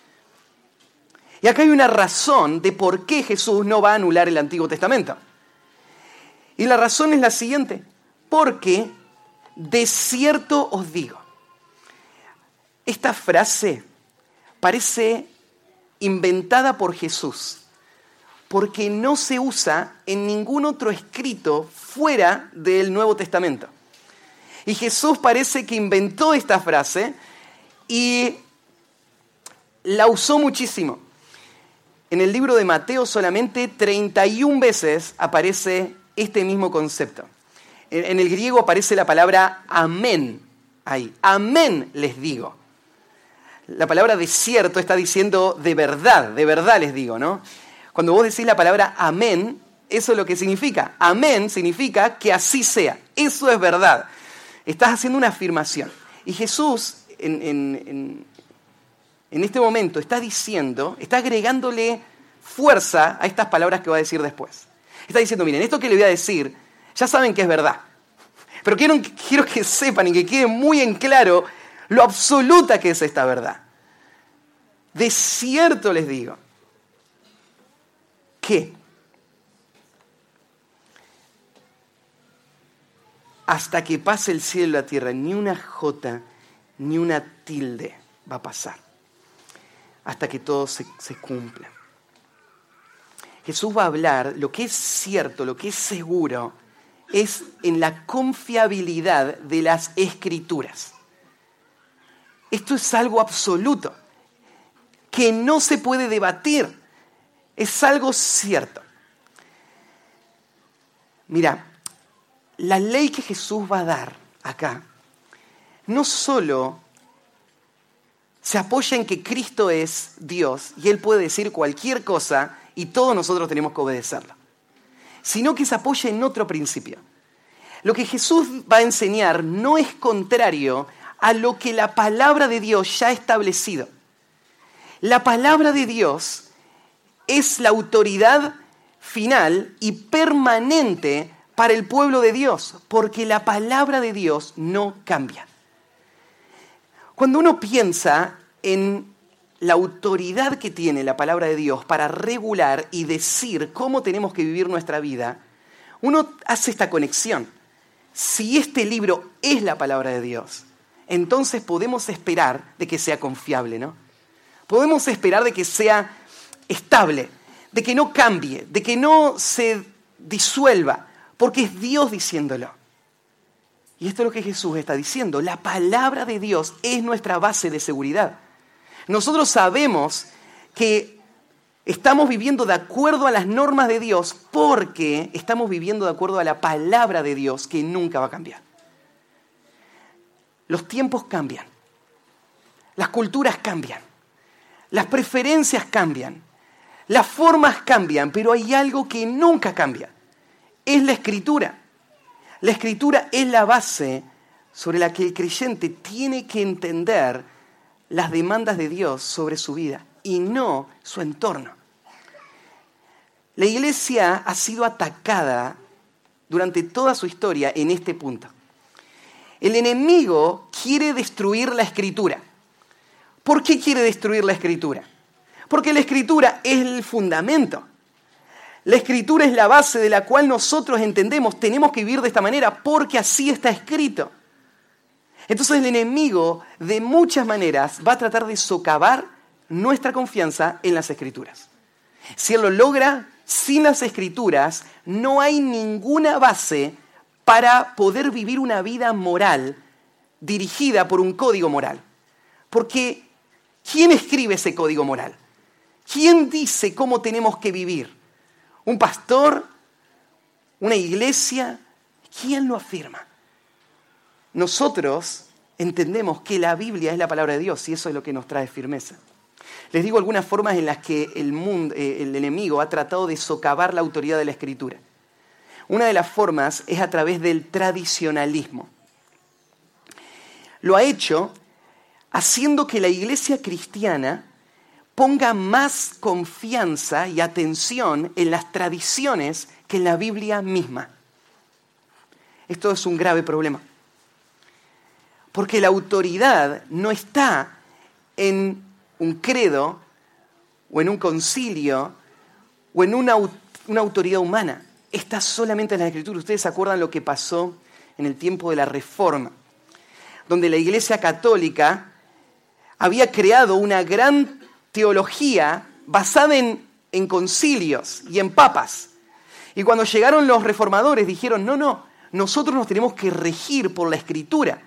Y acá hay una razón de por qué Jesús no va a anular el Antiguo Testamento. Y la razón es la siguiente: porque de cierto os digo. Esta frase parece inventada por Jesús, porque no se usa en ningún otro escrito fuera del Nuevo Testamento. Y Jesús parece que inventó esta frase y la usó muchísimo. En el libro de Mateo solamente treinta y una veces aparece este mismo concepto. En el griego aparece la palabra amén ahí. Amén les digo. La palabra de cierto está diciendo de verdad, de verdad les digo, ¿no? Cuando vos decís la palabra amén, eso es lo que significa. Amén significa que así sea. Eso es verdad. Estás haciendo una afirmación. Y Jesús, en, en, en, en este momento, está diciendo, está agregándole fuerza a estas palabras que va a decir después. Está diciendo, miren, esto que le voy a decir, ya saben que es verdad. Pero quiero, quiero que sepan y que quede muy en claro lo absoluta que es esta verdad. De cierto les digo que hasta que pase el cielo y la tierra, ni una jota, ni una tilde va a pasar. Hasta que todo se, se cumpla. Jesús va a hablar, lo que es cierto, lo que es seguro, es en la confiabilidad de las Escrituras. Esto es algo absoluto, que no se puede debatir. Es algo cierto. Mira, la ley que Jesús va a dar acá no solo se apoya en que Cristo es Dios y Él puede decir cualquier cosa y todos nosotros tenemos que obedecerlo, sino que se apoya en otro principio. Lo que Jesús va a enseñar no es contrario a lo que la palabra de Dios ya ha establecido. La palabra de Dios es la autoridad final y permanente para el pueblo de Dios, porque la palabra de Dios no cambia. Cuando uno piensa en la autoridad que tiene la palabra de Dios para regular y decir cómo tenemos que vivir nuestra vida, uno hace esta conexión. Si este libro es la palabra de Dios, entonces podemos esperar de que sea confiable, ¿no? Podemos esperar de que sea estable, de que no cambie, de que no se disuelva, porque es Dios diciéndolo. Y esto es lo que Jesús está diciendo. La palabra de Dios es nuestra base de seguridad. Nosotros sabemos que estamos viviendo de acuerdo a las normas de Dios porque estamos viviendo de acuerdo a la palabra de Dios que nunca va a cambiar. Los tiempos cambian, las culturas cambian, las preferencias cambian, las formas cambian, pero hay algo que nunca cambia. Es la Escritura. La Escritura es la base sobre la que el creyente tiene que entender las demandas de Dios sobre su vida y no su entorno. La iglesia ha sido atacada durante toda su historia en este punto. el enemigo quiere destruir la Escritura. ¿Por qué quiere destruir la Escritura? Porque la Escritura es el fundamento. La Escritura es la base de la cual nosotros entendemos, tenemos que vivir de esta manera porque así está escrito. Entonces el enemigo de muchas maneras va a tratar de socavar nuestra confianza en las Escrituras. Si él lo logra, sin las Escrituras no hay ninguna base para poder vivir una vida moral dirigida por un código moral. Porque ¿quién escribe ese código moral? ¿Quién dice cómo tenemos que vivir? ¿Un pastor? ¿Una iglesia? ¿Quién lo afirma? Nosotros entendemos que la Biblia es la palabra de Dios y eso es lo que nos trae firmeza. Les digo algunas formas en las que el, mundo, eh, el enemigo ha tratado de socavar la autoridad de la Escritura. Una de las formas es a través del tradicionalismo. Lo ha hecho haciendo que la iglesia cristiana ponga más confianza y atención en las tradiciones que en la Biblia misma. Esto es un grave problema. Porque la autoridad no está en un credo o en un concilio o en una, una autoridad humana. Está solamente en la Escritura. Ustedes se acuerdan lo que pasó en el tiempo de la Reforma, donde la Iglesia Católica había creado una gran teología basada en, en concilios y en papas. Y cuando llegaron los reformadores dijeron, no, no, nosotros nos tenemos que regir por la Escritura.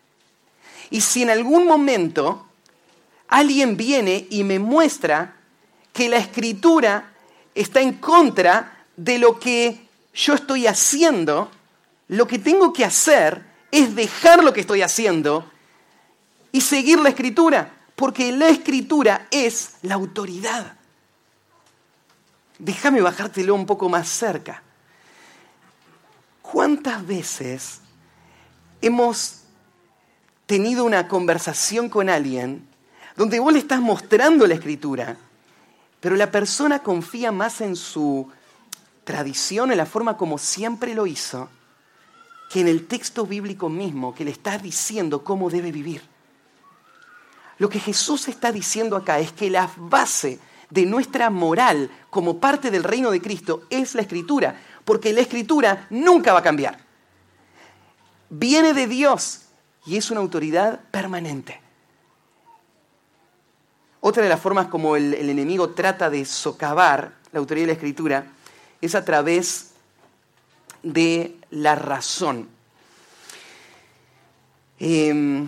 Y si en algún momento alguien viene y me muestra que la Escritura está en contra de lo que yo estoy haciendo, lo que tengo que hacer es dejar lo que estoy haciendo y seguir la Escritura, porque la Escritura es la autoridad. Déjame bajártelo un poco más cerca. ¿Cuántas veces hemos tenido una conversación con alguien donde vos le estás mostrando la Escritura, pero la persona confía más en su tradición, en la forma como siempre lo hizo, que en el texto bíblico mismo que le está diciendo cómo debe vivir? Lo que Jesús está diciendo acá es que la base de nuestra moral como parte del reino de Cristo es la Escritura, porque la Escritura nunca va a cambiar. Viene de Dios y es una autoridad permanente. Otra de las formas como el, el enemigo trata de socavar la autoridad de la Escritura es a través de la razón. Eh,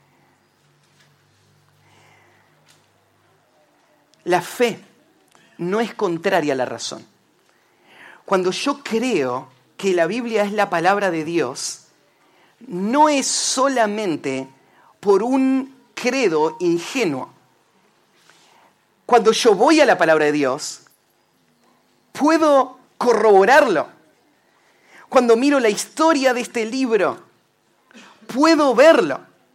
la fe no es contraria a la razón. Cuando yo creo que la Biblia es la palabra de Dios, no es solamente por un credo ingenuo. Cuando yo voy a la palabra de Dios, puedo corroborarlo. Cuando miro la historia de este libro, puedo verlo.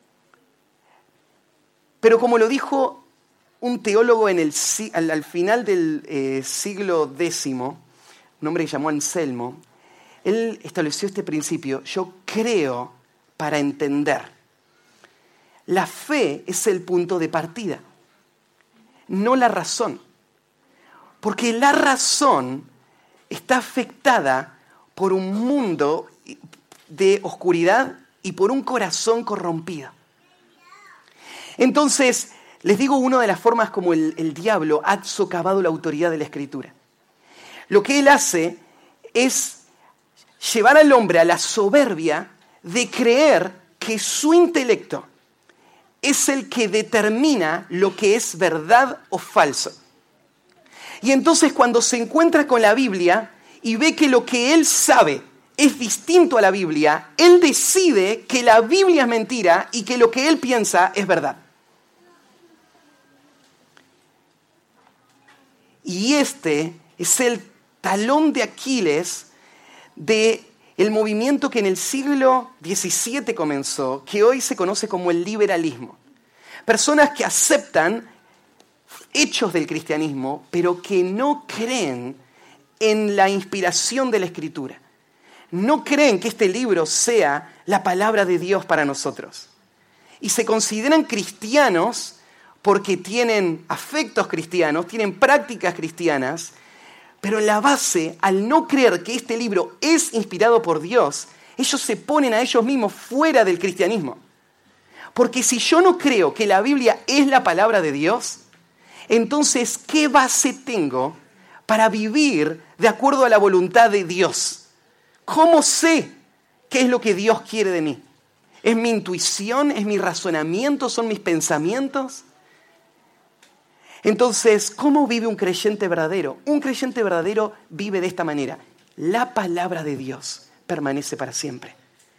Pero como lo dijo un teólogo en el, al, al final del eh, siglo décimo, un hombre que llamó Anselmo, él estableció este principio: yo creo para entender. La fe es el punto de partida, no la razón. Porque la razón está afectada por un mundo de oscuridad y por un corazón corrompido. Entonces, les digo una de las formas como el, el diablo ha socavado la autoridad de la Escritura. Lo que él hace es llevar al hombre a la soberbia de creer que su intelecto es el que determina lo que es verdad o falso. Y entonces cuando se encuentra con la Biblia y ve que lo que él sabe es distinto a la Biblia, él decide que la Biblia es mentira y que lo que él piensa es verdad. Y este es el talón de Aquiles del movimiento que en el siglo diecisiete comenzó, que hoy se conoce como el liberalismo. Personas que aceptan hechos del cristianismo, pero que no creen en la inspiración de la Escritura. no creen que este libro sea la palabra de Dios para nosotros. Y se consideran cristianos porque tienen afectos cristianos, tienen prácticas cristianas, pero en la base, al no creer que este libro es inspirado por Dios, ellos se ponen a ellos mismos fuera del cristianismo. Porque si yo no creo que la Biblia es la palabra de Dios, entonces, ¿qué base tengo para vivir de acuerdo a la voluntad de Dios? ¿Cómo sé qué es lo que Dios quiere de mí? ¿Es mi intuición? ¿Es mi razonamiento? ¿Son mis pensamientos? Entonces, ¿cómo vive un creyente verdadero? Un creyente verdadero vive de esta manera. La palabra de Dios permanece para siempre.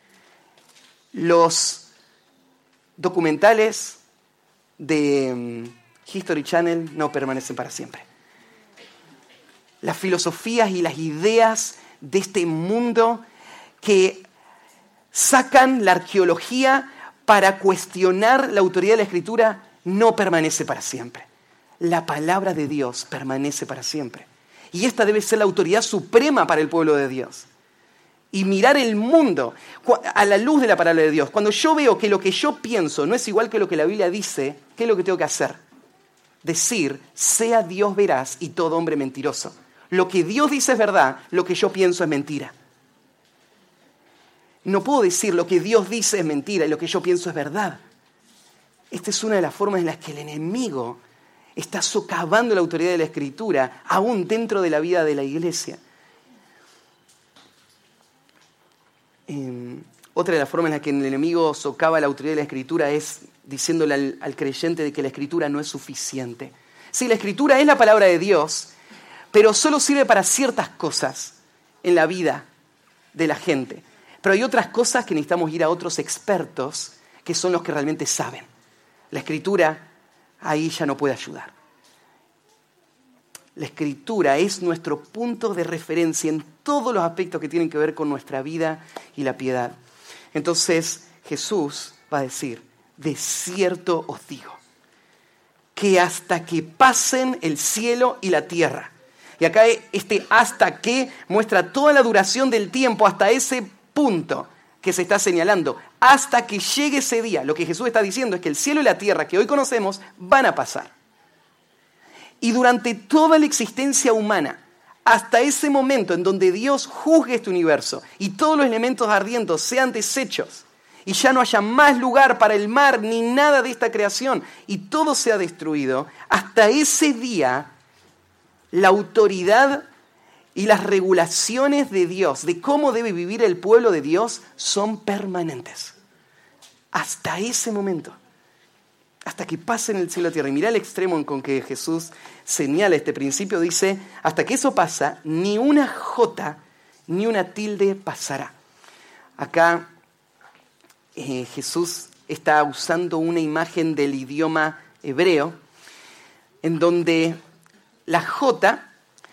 Los documentales de History Channel no permanecen para siempre. Las filosofías y las ideas de este mundo que sacan la arqueología para cuestionar la autoridad de la Escritura no permanece para siempre. La palabra de Dios permanece para siempre. Y esta debe ser la autoridad suprema para el pueblo de Dios. Y mirar el mundo a la luz de la palabra de Dios. Cuando yo veo que lo que yo pienso no es igual que lo que la Biblia dice, ¿qué es lo que tengo que hacer? Decir, sea Dios veraz y todo hombre mentiroso. Lo que Dios dice es verdad, lo que yo pienso es mentira. No puedo decir lo que Dios dice es mentira y lo que yo pienso es verdad. Esta es una de las formas en las que el enemigo está socavando la autoridad de la Escritura, aún dentro de la vida de la iglesia. Eh, otra de las formas en las que el enemigo socava la autoridad de la Escritura es diciéndole al, al creyente de que la Escritura no es suficiente. Sí, la Escritura es la palabra de Dios, pero solo sirve para ciertas cosas en la vida de la gente. Pero hay otras cosas que necesitamos ir a otros expertos que son los que realmente saben. La Escritura ahí ya no puede ayudar. La Escritura es nuestro punto de referencia en todos los aspectos que tienen que ver con nuestra vida y la piedad. Entonces Jesús va a decir, de cierto os digo, que hasta que pasen el cielo y la tierra. Y acá este hasta que muestra toda la duración del tiempo hasta ese punto que se está señalando. Hasta que llegue ese día. Lo que Jesús está diciendo es que el cielo y la tierra que hoy conocemos van a pasar. Y durante toda la existencia humana, hasta ese momento en donde Dios juzgue este universo y todos los elementos ardientes sean deshechos y ya no haya más lugar para el mar ni nada de esta creación y todo sea destruido, hasta ese día la autoridad y las regulaciones de Dios, de cómo debe vivir el pueblo de Dios, son permanentes. Hasta ese momento. Hasta que pasen el cielo y la tierra. Y mirá el extremo con que Jesús señala este principio. Dice, hasta que eso pasa, ni una jota ni una tilde pasará. Acá eh, Jesús está usando una imagen del idioma hebreo, en donde la jota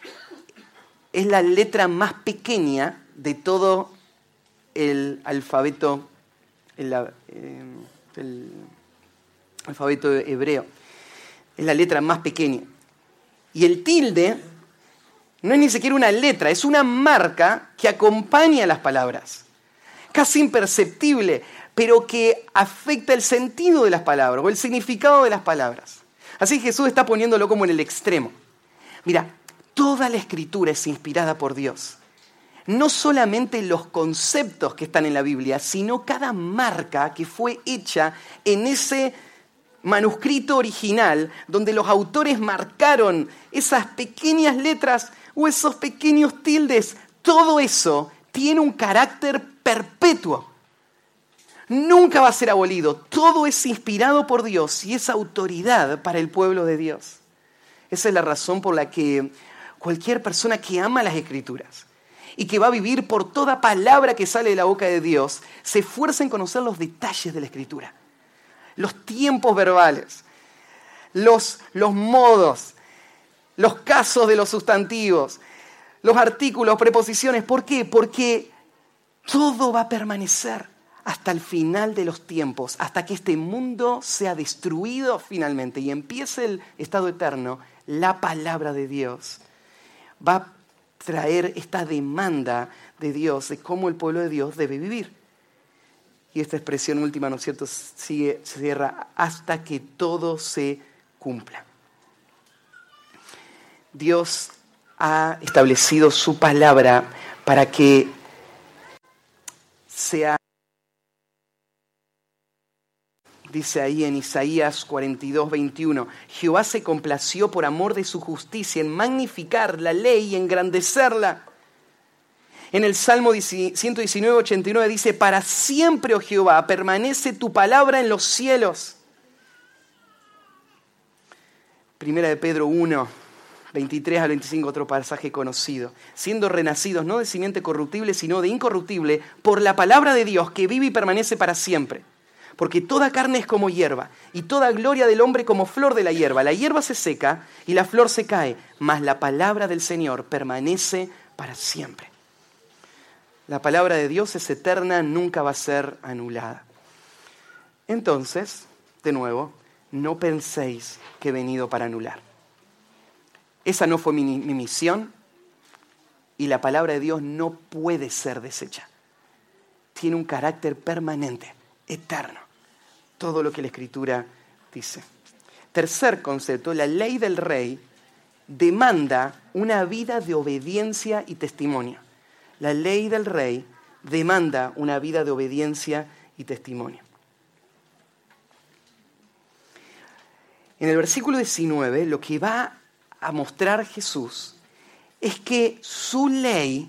es la letra más pequeña de todo el alfabeto, el, eh, el alfabeto hebreo. Es la letra más pequeña. Y el tilde no es ni siquiera una letra, es una marca que acompaña las palabras. Casi imperceptible, pero que afecta el sentido de las palabras o el significado de las palabras. Así Jesús está poniéndolo como en el extremo. Mira, toda la Escritura es inspirada por Dios. No solamente los conceptos que están en la Biblia, sino cada marca que fue hecha en ese manuscrito original, donde los autores marcaron esas pequeñas letras o esos pequeños tildes. Todo eso tiene un carácter perpetuo. Nunca va a ser abolido. Todo es inspirado por Dios y es autoridad para el pueblo de Dios. Esa es la razón por la que cualquier persona que ama las Escrituras y que va a vivir por toda palabra que sale de la boca de Dios, se esfuerza en conocer los detalles de la Escritura. Los tiempos verbales, los, los modos, los casos de los sustantivos, los artículos, preposiciones. ¿Por qué? Porque todo va a permanecer hasta el final de los tiempos, hasta que este mundo sea destruido finalmente y empiece el estado eterno. La palabra de Dios va a traer esta demanda de Dios, de cómo el pueblo de Dios debe vivir. Y esta expresión última, ¿no es cierto?, sigue, cierra hasta que todo se cumpla. Dios ha establecido su palabra para que sea, dice ahí en Isaías cuarenta y dos, veintiuno, Jehová se complació por amor de su justicia en magnificar la ley y engrandecerla. En el Salmo ciento diecinueve, ochenta y nueve dice, para siempre, oh Jehová, permanece tu palabra en los cielos. Primera de Pedro uno, veintitrés al veinticinco, otro pasaje conocido. Siendo renacidos no de simiente corruptible, sino de incorruptible, por la palabra de Dios que vive y permanece para siempre. Porque toda carne es como hierba, y toda gloria del hombre como flor de la hierba. La hierba se seca y la flor se cae, mas la palabra del Señor permanece para siempre. La palabra de Dios es eterna, nunca va a ser anulada. Entonces, de nuevo, no penséis que he venido para anular. Esa no fue mi, mi misión y la palabra de Dios no puede ser deshecha. Tiene un carácter permanente, eterno. Todo lo que la Escritura dice. Tercer concepto, la ley del rey demanda una vida de obediencia y testimonio. La ley del rey demanda una vida de obediencia y testimonio. En el versículo diecinueve, lo que va a mostrar Jesús es que su ley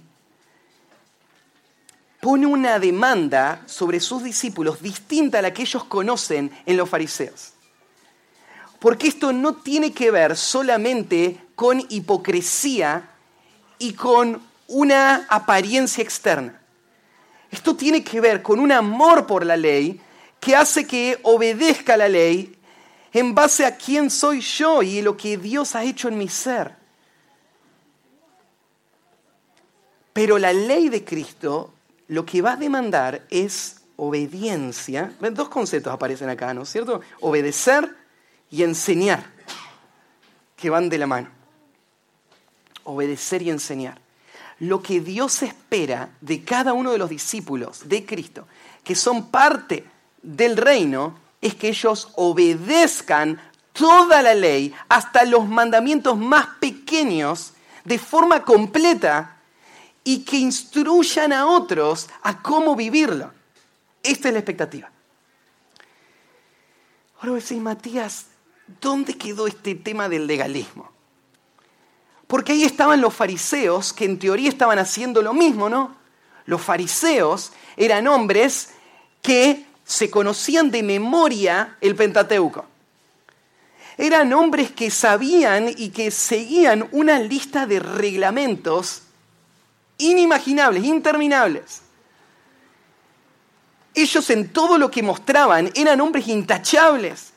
pone una demanda sobre sus discípulos distinta a la que ellos conocen en los fariseos. Porque esto no tiene que ver solamente con hipocresía y con una apariencia externa. Esto tiene que ver con un amor por la ley que hace que obedezca la ley en base a quién soy yo y lo que Dios ha hecho en mi ser. Pero la ley de Cristo lo que va a demandar es obediencia. Dos conceptos aparecen acá, ¿no es cierto? Obedecer y enseñar, que van de la mano. Obedecer y enseñar. Lo que Dios espera de cada uno de los discípulos de Cristo, que son parte del reino, es que ellos obedezcan toda la ley, hasta los mandamientos más pequeños, de forma completa, y que instruyan a otros a cómo vivirlo. Esta es la expectativa. Ahora vos decís, Matías, ¿dónde quedó este tema del legalismo? Porque ahí estaban los fariseos, que en teoría estaban haciendo lo mismo, ¿no? Los fariseos eran hombres que se conocían de memoria el Pentateuco. Eran hombres que sabían y que seguían una lista de reglamentos inimaginables, interminables. Ellos en todo lo que mostraban eran hombres intachables.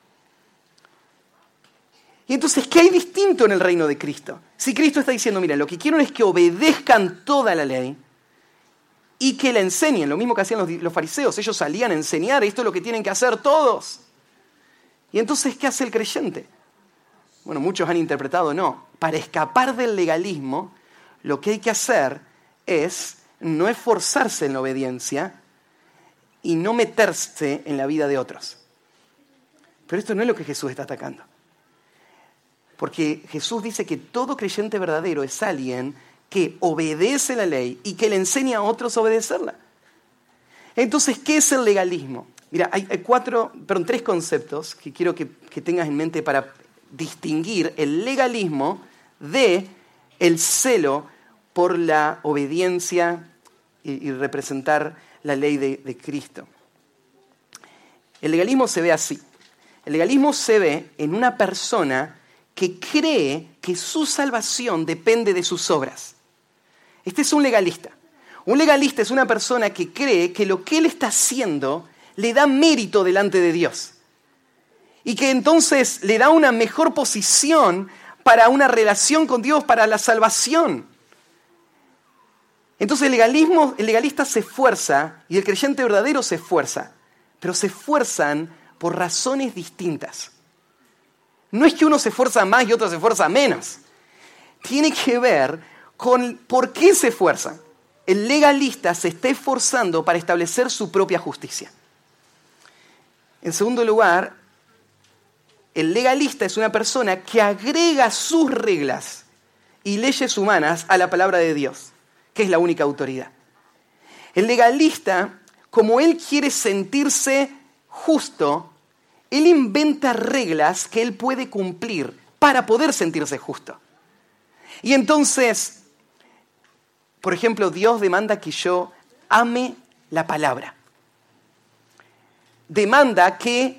Y entonces, ¿qué hay distinto en el reino de Cristo? Si Cristo está diciendo, mira, lo que quiero es que obedezcan toda la ley y que la enseñen, lo mismo que hacían los, los fariseos, ellos salían a enseñar, esto es lo que tienen que hacer todos. Y entonces, ¿qué hace el creyente? Bueno, muchos han interpretado, no, para escapar del legalismo, lo que hay que hacer es no esforzarse en la obediencia y no meterse en la vida de otros. Pero esto no es lo que Jesús está atacando. Porque Jesús dice que todo creyente verdadero es alguien que obedece la ley y que le enseña a otros a obedecerla. Entonces, ¿qué es el legalismo? Mira, hay, hay cuatro, perdón, tres conceptos que quiero que, que tengas en mente para distinguir el legalismo de el celo por la obediencia y, y representar la ley de, de Cristo. El legalismo se ve así. El legalismo se ve en una persona que cree que su salvación depende de sus obras. Este es un legalista. Un legalista es una persona que cree que lo que él está haciendo le da mérito delante de Dios. Y que entonces le da una mejor posición para una relación con Dios, para la salvación. Entonces el legalismo, el legalista se esfuerza y el creyente verdadero se esfuerza, pero se esfuerzan por razones distintas. No es que uno se esfuerza más y otro se esfuerza menos. Tiene que ver con ¿por qué se esfuerza? El legalista se está esforzando para establecer su propia justicia. En segundo lugar, el legalista es una persona que agrega sus reglas y leyes humanas a la palabra de Dios, que es la única autoridad. El legalista, como él quiere sentirse justo, él inventa reglas que él puede cumplir para poder sentirse justo. Y entonces, por ejemplo, Dios demanda que yo ame la palabra. Demanda que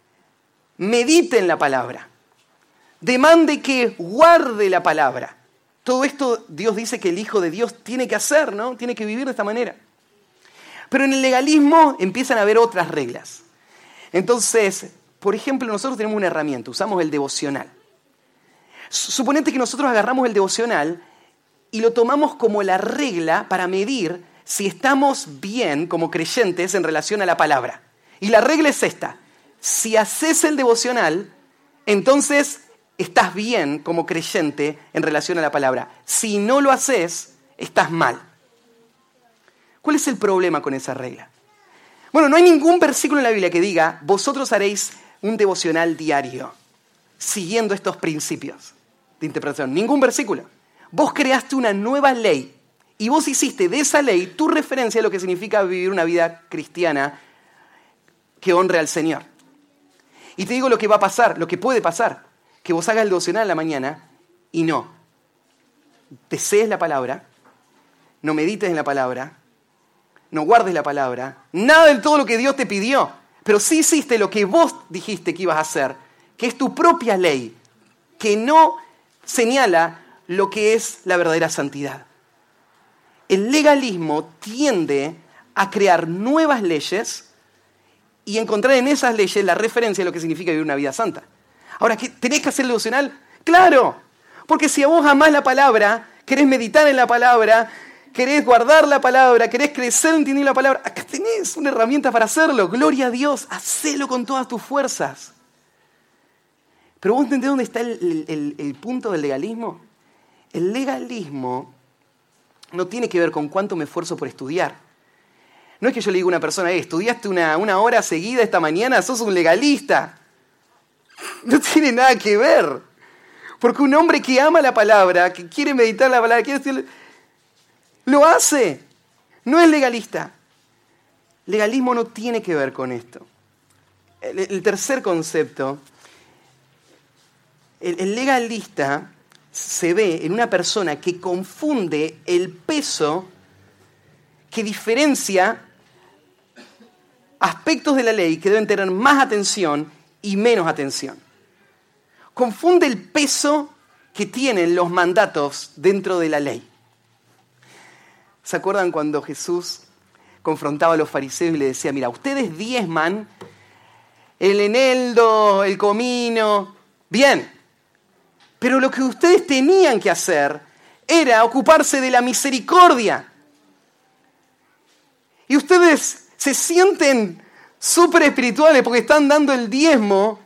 medite en la palabra. Demande que guarde la palabra. Todo esto Dios dice que el Hijo de Dios tiene que hacer, ¿no? Tiene que vivir de esta manera. Pero en el legalismo empiezan a haber otras reglas. Entonces, por ejemplo, nosotros tenemos una herramienta, usamos el devocional. Suponete que nosotros agarramos el devocional y lo tomamos como la regla para medir si estamos bien como creyentes en relación a la palabra. Y la regla es esta: si haces el devocional, entonces estás bien como creyente en relación a la palabra. Si no lo haces, estás mal. ¿Cuál es el problema con esa regla? Bueno, no hay ningún versículo en la Biblia que diga, vosotros haréis un devocional diario, siguiendo estos principios de interpretación. Ningún versículo. Vos creaste una nueva ley y vos hiciste de esa ley tu referencia a lo que significa vivir una vida cristiana que honre al Señor. Y te digo lo que va a pasar, lo que puede pasar, que vos hagas el devocional en la mañana y no desees la palabra, no medites en la palabra, no guardes la palabra, nada de todo lo que Dios te pidió, pero sí hiciste lo que vos dijiste que ibas a hacer, que es tu propia ley, que no señala lo que es la verdadera santidad. El legalismo tiende a crear nuevas leyes y encontrar en esas leyes la referencia de lo que significa vivir una vida santa. Ahora, ¿qué, ¿tenés que hacer el devocional? ¡Claro! Porque si a vos amás la palabra, querés meditar en la palabra, querés guardar la palabra, querés crecer entendiendo la palabra, acá tenés una herramienta para hacerlo. Gloria a Dios, hacelo con todas tus fuerzas. Pero vos entendés dónde está el, el, el punto del legalismo. El legalismo no tiene que ver con cuánto me esfuerzo por estudiar. No es que yo le diga a una persona, eh, estudiaste una, una hora seguida esta mañana, sos un legalista. No tiene nada que ver. Porque un hombre que ama la palabra, que quiere meditar la palabra, quiere decir, lo hace. No es legalista. Legalismo no tiene que ver con esto. El, el tercer concepto, el, el legalista se ve en una persona que confunde el peso que diferencia aspectos de la ley que deben tener más atención y menos atención. Confunde el peso que tienen los mandatos dentro de la ley. ¿Se acuerdan cuando Jesús confrontaba a los fariseos y le decía, mira, ustedes diezman el eneldo, el comino, bien, pero lo que ustedes tenían que hacer era ocuparse de la misericordia. Y ustedes se sienten súper espirituales porque están dando el diezmo,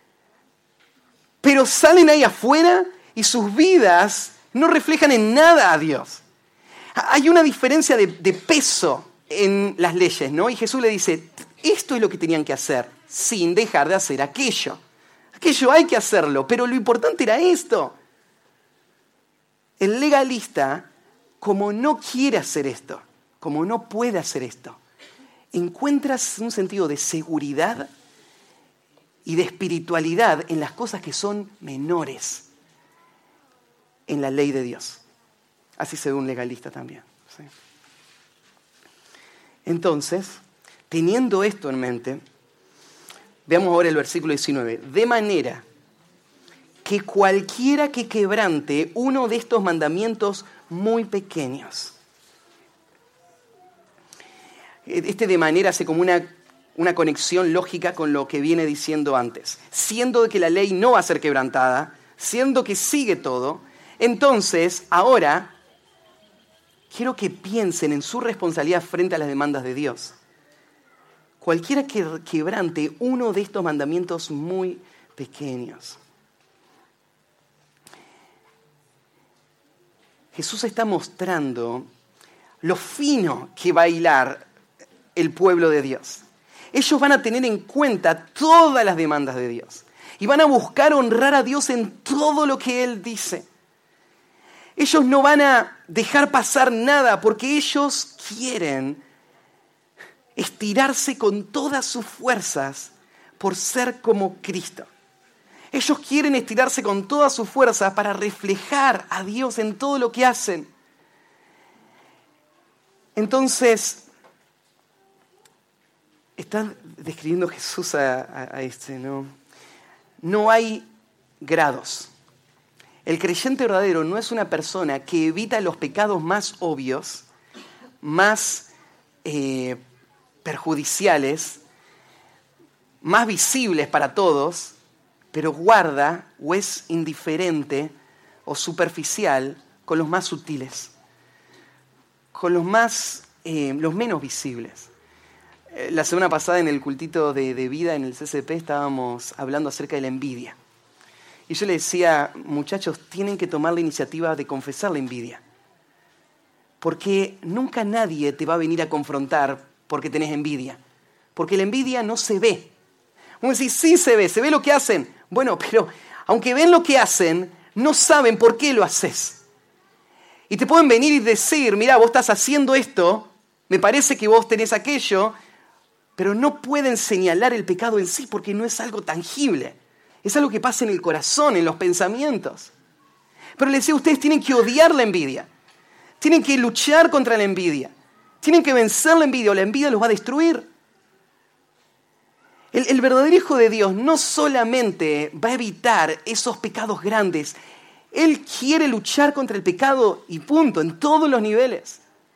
pero salen ahí afuera y sus vidas no reflejan en nada a Dios. Hay una diferencia de, de peso en las leyes, ¿no? Y Jesús le dice, esto es lo que tenían que hacer, sin dejar de hacer aquello. Aquello hay que hacerlo, pero lo importante era esto. El legalista, como no quiere hacer esto, como no puede hacer esto, encuentras un sentido de seguridad y de espiritualidad en las cosas que son menores en la ley de Dios. Así se ve un legalista también. ¿Sí? Entonces, teniendo esto en mente, veamos ahora el versículo diecinueve. De manera que cualquiera que quebrante uno de estos mandamientos muy pequeños. Este de manera hace como una, una conexión lógica con lo que viene diciendo antes. Siendo que la ley no va a ser quebrantada, siendo que sigue todo, entonces ahora quiero que piensen en su responsabilidad frente a las demandas de Dios. Cualquiera que quebrante uno de estos mandamientos muy pequeños. Jesús está mostrando lo fino que va a hilar el pueblo de Dios. Ellos van a tener en cuenta todas las demandas de Dios y van a buscar honrar a Dios en todo lo que Él dice. Ellos no van a dejar pasar nada porque ellos quieren estirarse con todas sus fuerzas por ser como Cristo. Ellos quieren estirarse con todas sus fuerzas para reflejar a Dios en todo lo que hacen. Entonces, está describiendo Jesús a, a, a este, ¿no? No hay grados. El creyente verdadero no es una persona que evita los pecados más obvios, más eh, perjudiciales, más visibles para todos, pero guarda o es indiferente o superficial con los más sutiles, con los más, eh, los menos visibles. Eh, la semana pasada en el cultito de, de vida en el C C P estábamos hablando acerca de la envidia. Y yo le decía, muchachos, tienen que tomar la iniciativa de confesar la envidia. Porque nunca nadie te va a venir a confrontar porque tenés envidia. Porque la envidia no se ve. Vamos a decir, sí se ve, se ve lo que hacen. Bueno, pero aunque ven lo que hacen, no saben por qué lo haces. Y te pueden venir y decir, mirá, vos estás haciendo esto, me parece que vos tenés aquello, pero no pueden señalar el pecado en sí porque no es algo tangible. Es algo que pasa en el corazón, en los pensamientos. Pero les decía, ustedes tienen que odiar la envidia. Tienen que luchar contra la envidia. Tienen que vencer la envidia o la envidia los va a destruir. El, el verdadero Hijo de Dios no solamente va a evitar esos pecados grandes. Él quiere luchar contra el pecado y punto, en todos los niveles.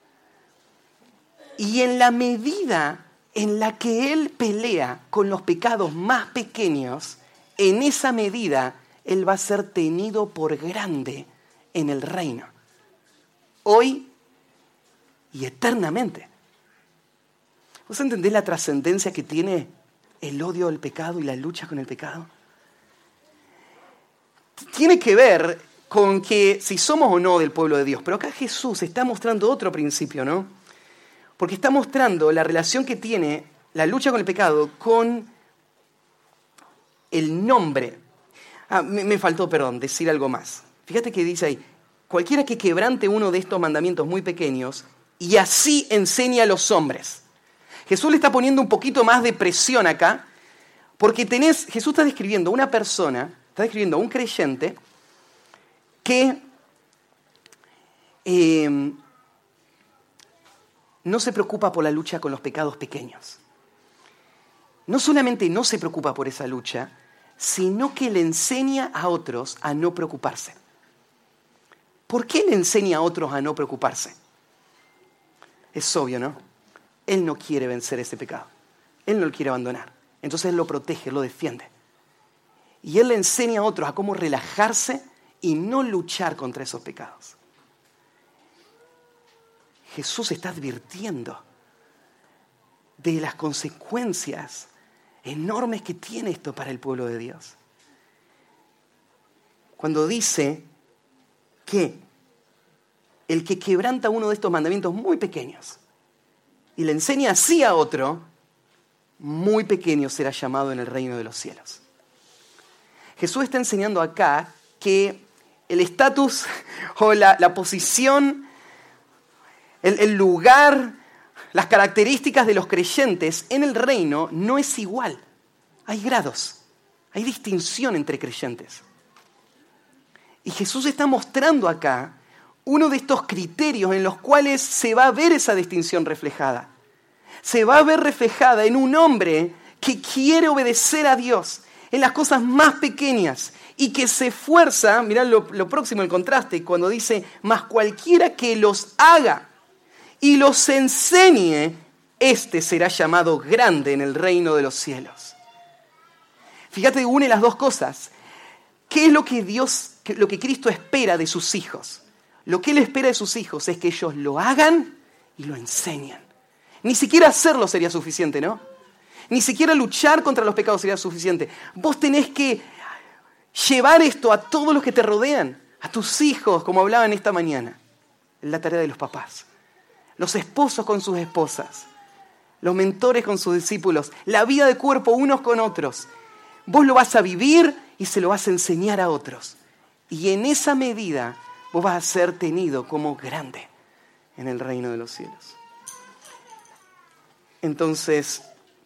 Y en la medida en la que Él pelea con los pecados más pequeños, en esa medida, Él va a ser tenido por grande en el reino. Hoy y eternamente. ¿Vos entendés la trascendencia que tiene el odio al pecado y la lucha con el pecado? Tiene que ver con que si somos o no del pueblo de Dios. Pero acá Jesús está mostrando otro principio, ¿no? Porque está mostrando la relación que tiene la lucha con el pecado con el nombre. Ah, me, me faltó, perdón, decir algo más. Fíjate que dice ahí, cualquiera que quebrante uno de estos mandamientos muy pequeños y así enseña a los hombres. Jesús le está poniendo un poquito más de presión acá, porque tenés, Jesús está describiendo a una persona, está describiendo a un creyente que eh, no se preocupa por la lucha con los pecados pequeños. No solamente no se preocupa por esa lucha, sino que le enseña a otros a no preocuparse. ¿Por qué le enseña a otros a no preocuparse? Es obvio, ¿no? Él no quiere vencer ese pecado. Él no lo quiere abandonar. Entonces Él lo protege, lo defiende. Y Él le enseña a otros a cómo relajarse y no luchar contra esos pecados. Jesús está advirtiendo de las consecuencias enormes que tiene esto para el pueblo de Dios. Cuando dice que el que quebranta uno de estos mandamientos muy pequeños y le enseña así a otro, muy pequeño será llamado en el reino de los cielos. Jesús está enseñando acá que el estatus o la, la posición, el, el lugar, las características de los creyentes en el reino no es igual. Hay grados, hay distinción entre creyentes. Y Jesús está mostrando acá uno de estos criterios en los cuales se va a ver esa distinción reflejada. Se va a ver reflejada en un hombre que quiere obedecer a Dios en las cosas más pequeñas y que se esfuerza, mirá lo, lo próximo, el contraste, cuando dice, mas cualquiera que los haga y los enseñe, este será llamado grande en el reino de los cielos. Fíjate, une las dos cosas. ¿Qué es lo que Dios, lo que Cristo espera de sus hijos? Lo que Él espera de sus hijos es que ellos lo hagan y lo enseñen. Ni siquiera hacerlo sería suficiente, ¿no? Ni siquiera luchar contra los pecados sería suficiente. Vos tenés que llevar esto a todos los que te rodean, a tus hijos, como hablaban esta mañana. es la tarea de los papás. Los esposos con sus esposas, los mentores con sus discípulos, la vida de cuerpo unos con otros. Vos lo vas a vivir y se lo vas a enseñar a otros. Y en esa medida vos vas a ser tenido como grande en el reino de los cielos. Entonces,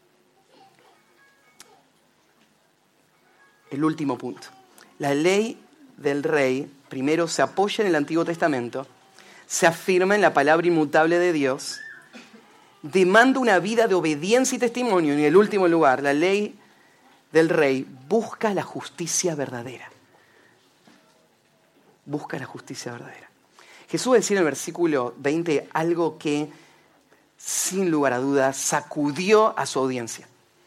el último punto. La ley del rey, primero, se apoya en el Antiguo Testamento, se afirma en la palabra inmutable de Dios, demanda una vida de obediencia y testimonio. Y en el último lugar, la ley del rey busca la justicia verdadera. Busca la justicia verdadera. Jesús decía en el versículo veinte algo que, sin lugar a dudas, sacudió a su audiencia.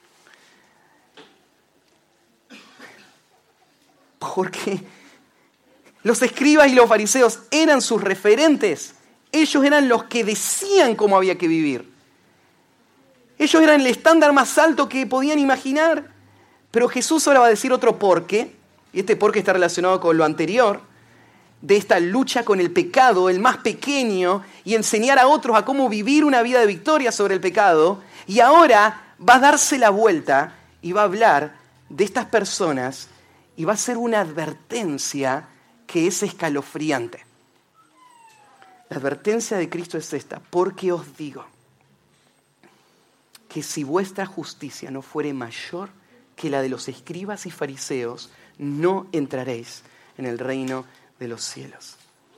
Porque los escribas y los fariseos eran sus referentes. Ellos eran los que decían cómo había que vivir. Ellos eran el estándar más alto que podían imaginar. Pero Jesús ahora va a decir otro porqué, y este porqué está relacionado con lo anterior, de esta lucha con el pecado, el más pequeño, y enseñar a otros a cómo vivir una vida de victoria sobre el pecado. Y ahora va a darse la vuelta y va a hablar de estas personas y va a hacer una advertencia que es escalofriante. La advertencia de Cristo es esta: porque os digo que si vuestra justicia no fuere mayor que la de los escribas y fariseos, no entraréis en el reino de los cielos.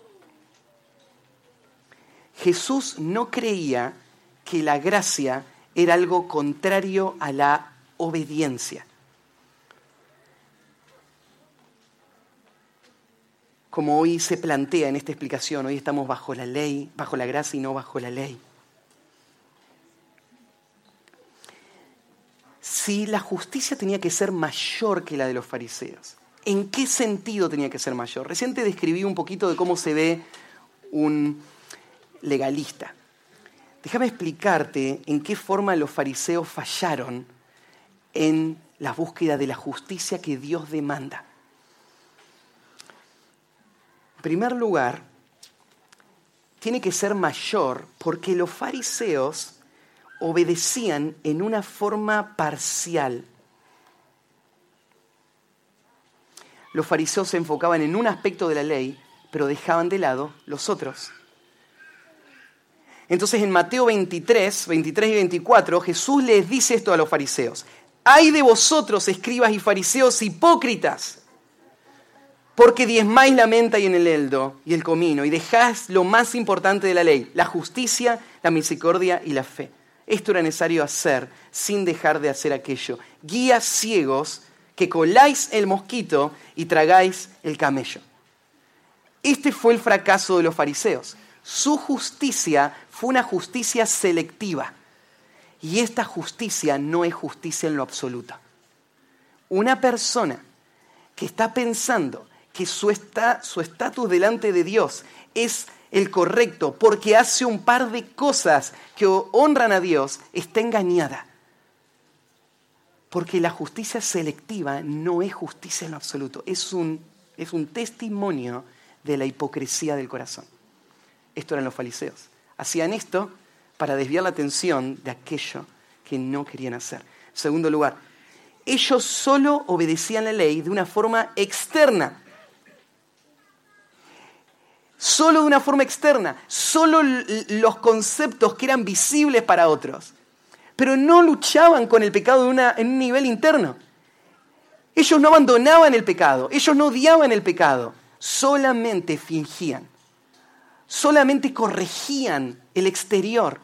Jesús no creía que la gracia era algo contrario a la obediencia. Como hoy se plantea en esta explicación, hoy estamos bajo la ley, bajo la gracia y no bajo la ley. Si la justicia tenía que ser mayor que la de los fariseos, ¿en qué sentido tenía que ser mayor? Recién te describí un poquito de cómo se ve un legalista. Déjame explicarte en qué forma los fariseos fallaron en la búsqueda de la justicia que Dios demanda. En primer lugar, tiene que ser mayor porque los fariseos obedecían en una forma parcial. Los fariseos se enfocaban en un aspecto de la ley, pero dejaban de lado los otros. Entonces en Mateo veintitrés, veintitrés y veinticuatro, Jesús les dice esto a los fariseos: ¡ay de vosotros, escribas y fariseos hipócritas! Porque diezmáis la menta y en el eldo y el comino, y dejáis lo más importante de la ley, la justicia, la misericordia y la fe. Esto era necesario hacer sin dejar de hacer aquello. Guías ciegos que coláis el mosquito y tragáis el camello. Este fue el fracaso de los fariseos. Su justicia fue una justicia selectiva. Y esta justicia no es justicia en lo absoluto. Una persona que está pensando que su está, su estatus delante de Dios es el correcto porque hace un par de cosas que honran a Dios, está engañada. Porque la justicia selectiva no es justicia en lo absoluto, es un, es un testimonio de la hipocresía del corazón. Esto eran los fariseos. Hacían esto para desviar la atención de aquello que no querían hacer. En segundo lugar, ellos solo obedecían la ley de una forma externa. Solo de una forma externa, solo los conceptos que eran visibles para otros. Pero no luchaban con el pecado de una, en un nivel interno. Ellos no abandonaban el pecado, ellos no odiaban el pecado, solamente fingían, solamente corregían el exterior.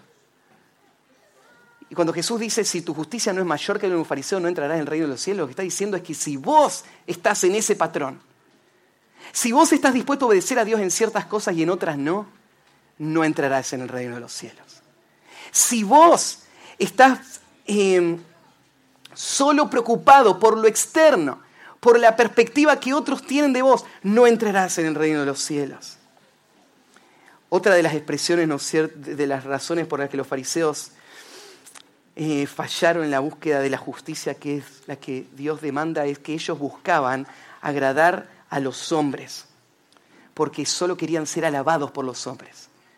Y cuando Jesús dice, si tu justicia no es mayor que la de un fariseo, no entrarás en el reino de los cielos, lo que está diciendo es que si vos estás en ese patrón, si vos estás dispuesto a obedecer a Dios en ciertas cosas y en otras no, no entrarás en el reino de los cielos. Si vos estás eh, solo preocupado por lo externo, por la perspectiva que otros tienen de vos, no entrarás en el reino de los cielos. Otra de las expresiones, ¿no es cierto?, de las razones por las que los fariseos eh, fallaron en la búsqueda de la justicia que es la que Dios demanda, es que ellos buscaban agradar a los hombres, porque solo querían ser alabados por los hombres.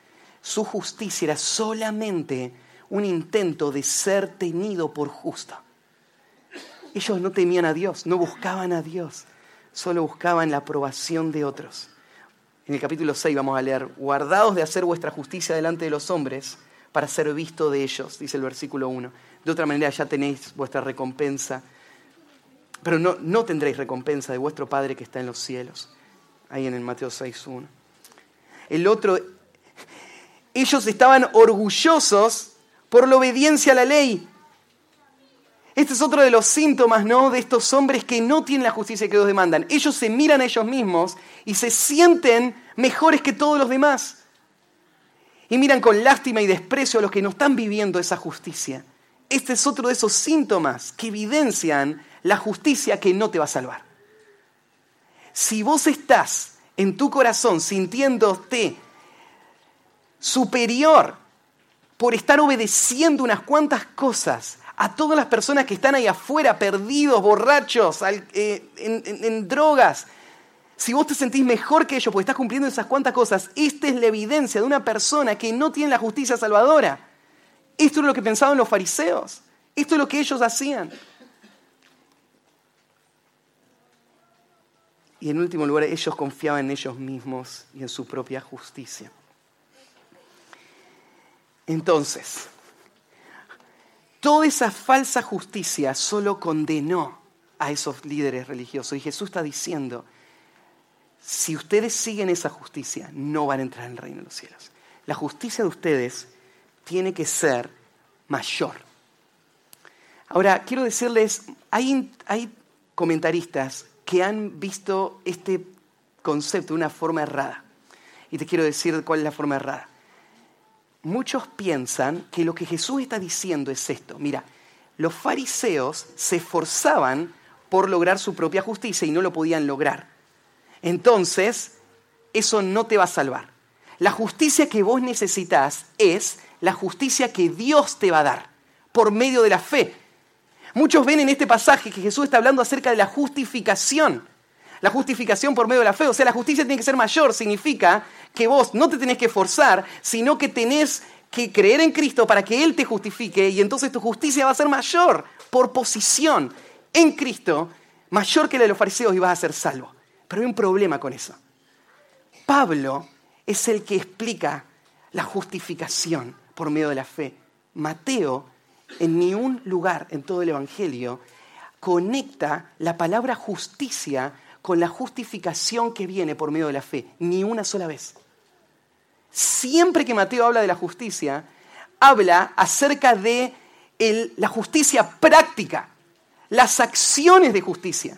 su justicia era solamente un intento de ser tenido por justo. Ellos no temían a Dios, no buscaban a Dios, solo buscaban la aprobación de otros. En el capítulo seis vamos a leer, guardaos de hacer vuestra justicia delante de los hombres para ser visto de ellos, dice el versículo uno. De otra manera ya tenéis vuestra recompensa, pero no, no tendréis recompensa de vuestro Padre que está en los cielos. Ahí en el Mateo seis uno. El otro, ellos estaban orgullosos por la obediencia a la ley. Este es otro de los síntomas, ¿no?, de estos hombres que no tienen la justicia que Dios demandan. Ellos se miran a ellos mismos y se sienten mejores que todos los demás. Y miran con lástima y desprecio a los que no están viviendo esa justicia. Este es otro de esos síntomas que evidencian la justicia que no te va a salvar. Si vos estás en tu corazón sintiéndote superior por estar obedeciendo unas cuantas cosas a todas las personas que están ahí afuera, perdidos, borrachos, al, eh, en, en, en drogas. Si vos te sentís mejor que ellos porque estás cumpliendo esas cuantas cosas, esta es la evidencia de una persona que no tiene la justicia salvadora. Esto es lo que pensaban los fariseos. Esto es lo que ellos hacían. Y en último lugar, ellos confiaban en ellos mismos y en su propia justicia. Entonces, toda esa falsa justicia solo condenó a esos líderes religiosos. Y Jesús está diciendo, si ustedes siguen esa justicia, no van a entrar en el reino de los cielos. La justicia de ustedes tiene que ser mayor. Ahora, quiero decirles, hay, hay comentaristas que han visto este concepto de una forma errada. Y te quiero decir cuál es la forma errada. Muchos piensan que lo que Jesús está diciendo es esto. Mira, los fariseos se esforzaban por lograr su propia justicia y no lo podían lograr. Entonces, eso no te va a salvar. La justicia que vos necesitas es la justicia que Dios te va a dar por medio de la fe. Muchos ven en este pasaje que Jesús está hablando acerca de la justificación. La justificación por medio de la fe. O sea, la justicia tiene que ser mayor. Significa que vos no te tenés que esforzar, sino que tenés que creer en Cristo para que Él te justifique. Y entonces tu justicia va a ser mayor por posición en Cristo, mayor que la de los fariseos, y vas a ser salvo. Pero hay un problema con eso. Pablo es el que explica la justificación por medio de la fe. Mateo, en ni un lugar en todo el Evangelio, conecta la palabra justicia con la justificación que viene por medio de la fe. Ni una sola vez. Siempre que Mateo habla de la justicia, habla acerca de el, la justicia práctica, las acciones de justicia.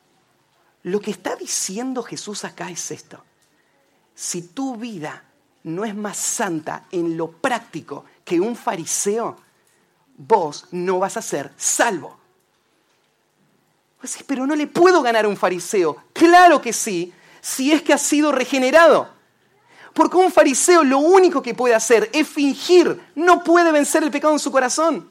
Lo que está diciendo Jesús acá es esto. Si tu vida no es más santa en lo práctico que un fariseo, vos no vas a ser salvo. Vos decís, pero no le puedo ganar a un fariseo. Claro que sí, si es que has sido regenerado. Porque un fariseo lo único que puede hacer es fingir, no puede vencer el pecado en su corazón.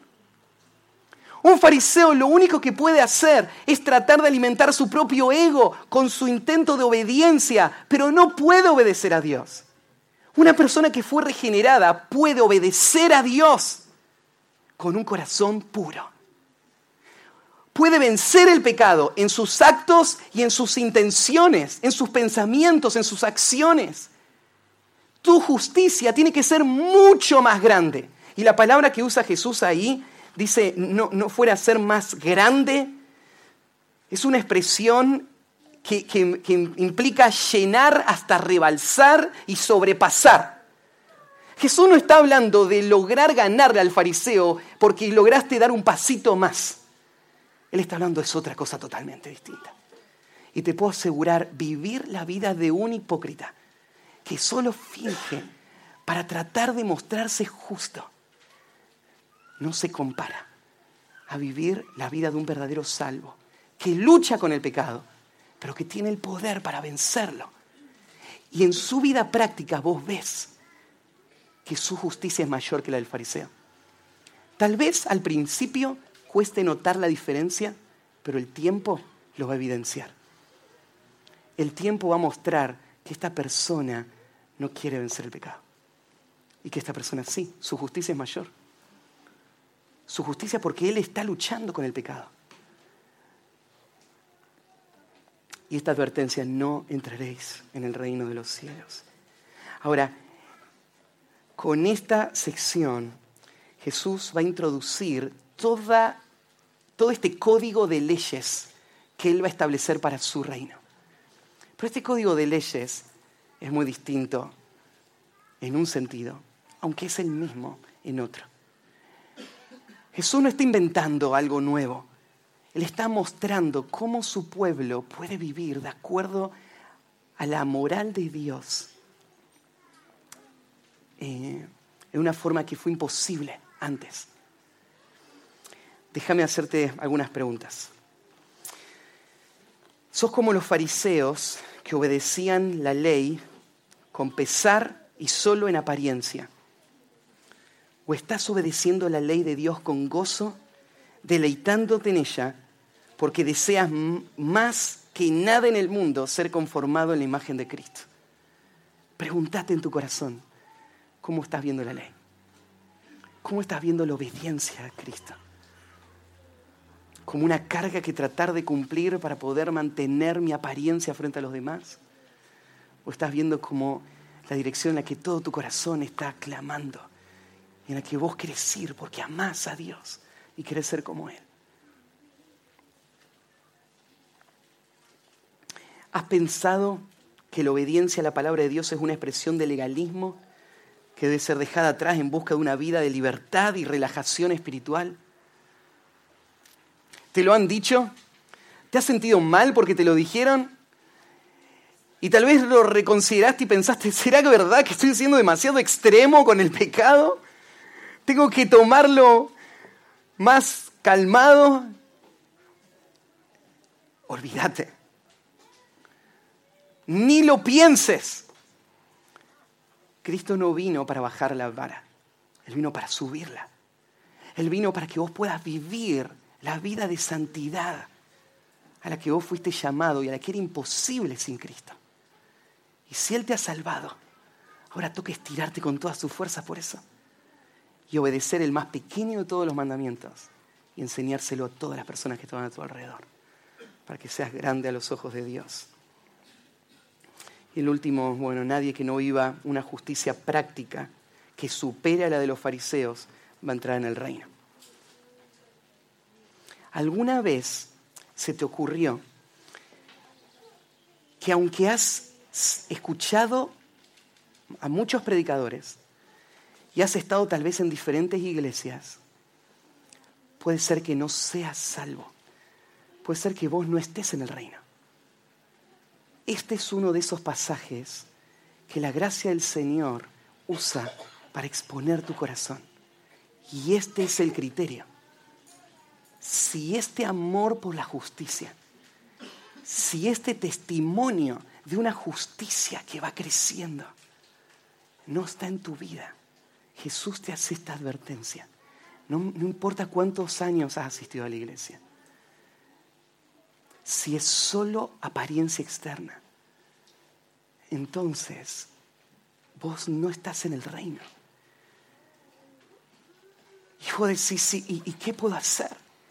Un fariseo lo único que puede hacer es tratar de alimentar su propio ego con su intento de obediencia, pero no puede obedecer a Dios. Una persona que fue regenerada puede obedecer a Dios con un corazón puro. Puede vencer el pecado en sus actos y en sus intenciones, en sus pensamientos, en sus acciones. Tu justicia tiene que ser mucho más grande. Y la palabra que usa Jesús ahí dice, no, no fuera a ser más grande. Es una expresión que, que, que implica llenar hasta rebalsar y sobrepasar. Jesús no está hablando de lograr ganarle al fariseo porque lograste dar un pasito más. Él está hablando de otra cosa totalmente distinta. Y te puedo asegurar, vivir la vida de un hipócrita que solo finge para tratar de mostrarse justo, no se compara a vivir la vida de un verdadero salvo, que lucha con el pecado, pero que tiene el poder para vencerlo. Y en su vida práctica vos ves que su justicia es mayor que la del fariseo. Tal vez al principio cueste notar la diferencia, pero el tiempo lo va a evidenciar. El tiempo va a mostrar que esta persona no quiere vencer el pecado. y que esta persona sí, su justicia es mayor. Su justicia porque él está luchando con el pecado. Y esta advertencia: no entraréis en el reino de los cielos. Ahora, con esta sección, Jesús va a introducir toda, todo este código de leyes que él va a establecer para su reino. Pero este código de leyes es muy distinto en un sentido, aunque es el mismo en otro. Jesús no está inventando algo nuevo. Él está mostrando cómo su pueblo puede vivir de acuerdo a la moral de Dios eh, en una forma que fue imposible antes. Déjame hacerte algunas preguntas. ¿Sos como los fariseos que obedecían la ley con pesar y solo en apariencia? ¿O estás obedeciendo la ley de Dios con gozo, deleitándote en ella, porque deseas m- más que nada en el mundo ser conformado en la imagen de Cristo? Pregúntate en tu corazón, ¿cómo estás viendo la ley? ¿Cómo estás viendo la obediencia a Cristo? ¿Como una carga que tratar de cumplir para poder mantener mi apariencia frente a los demás? ¿O estás viendo como la dirección en la que todo tu corazón está clamando y en la que vos querés ir porque amás a Dios y querés ser como Él? ¿Has pensado que la obediencia a la palabra de Dios es una expresión de legalismo que debe ser dejada atrás en busca de una vida de libertad y relajación espiritual? ¿Te lo han dicho? ¿Te has sentido mal porque te lo dijeron? Y tal vez lo reconsideraste y pensaste: ¿será que verdad que estoy siendo demasiado extremo con el pecado? ¿Tengo que tomarlo más calmado? Olvídate. Ni lo pienses. Cristo no vino para bajar la vara. Él vino para subirla. Él vino para que vos puedas vivir la vida de santidad a la que vos fuiste llamado y a la que era imposible sin Cristo. Y si Él te ha salvado, ahora toca estirarte con todas tus fuerzas por eso y obedecer el más pequeño de todos los mandamientos y enseñárselo a todas las personas que están a tu alrededor para que seas grande a los ojos de Dios. Y el último, bueno, nadie que no viva una justicia práctica que supere a la de los fariseos va a entrar en el reino. ¿Alguna vez se te ocurrió que aunque has escuchado a muchos predicadores y has estado tal vez en diferentes iglesias, puede ser que no seas salvo? Puede ser que vos no estés en el reino. Este es uno de esos pasajes que la gracia del Señor usa para exponer tu corazón. Y este es el criterio. Si este amor por la justicia, si este testimonio de una justicia que va creciendo no está en tu vida, Jesús te hace esta advertencia. No, no importa cuántos años has asistido a la iglesia. Si es solo apariencia externa, entonces vos no estás en el reino. Y vos decís: sí, ¿y, ¿y qué puedo hacer?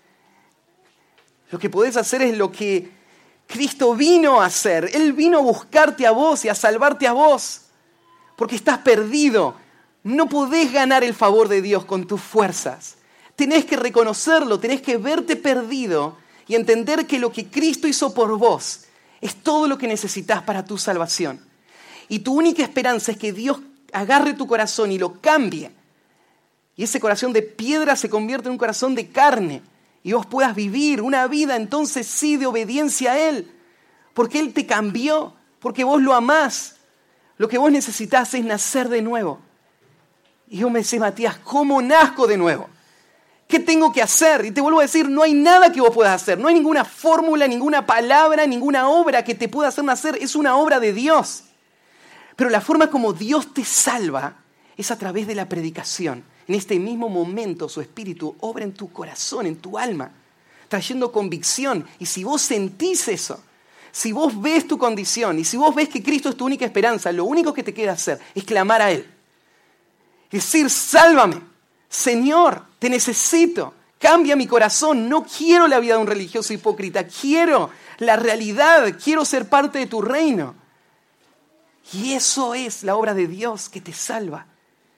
Lo que podés hacer es lo que Cristo vino a hacer. Él vino a buscarte a vos y a salvarte a vos, porque estás perdido. No podés ganar el favor de Dios con tus fuerzas. Tenés que reconocerlo, tenés que verte perdido y entender que lo que Cristo hizo por vos es todo lo que necesitas para tu salvación. Y tu única esperanza es que Dios agarre tu corazón y lo cambie. Y ese corazón de piedra se convierte en un corazón de carne. Y vos puedas vivir una vida entonces sí de obediencia a Él. Porque Él te cambió, porque vos lo amás. Lo que vos necesitas es nacer de nuevo. Y yo me decía: Matías, ¿cómo nazco de nuevo? ¿Qué tengo que hacer? Y te vuelvo a decir, no hay nada que vos puedas hacer. No hay ninguna fórmula, ninguna palabra, ninguna obra que te pueda hacer nacer. Es una obra de Dios. Pero la forma como Dios te salva es a través de la predicación. En este mismo momento su Espíritu obra en tu corazón, en tu alma, trayendo convicción. Y si vos sentís eso, si vos ves tu condición y si vos ves que Cristo es tu única esperanza, lo único que te queda hacer es clamar a Él. Decir, sálvame, Señor, te necesito, cambia mi corazón, no quiero la vida de un religioso hipócrita, quiero la realidad, quiero ser parte de tu reino. Y eso es la obra de Dios que te salva.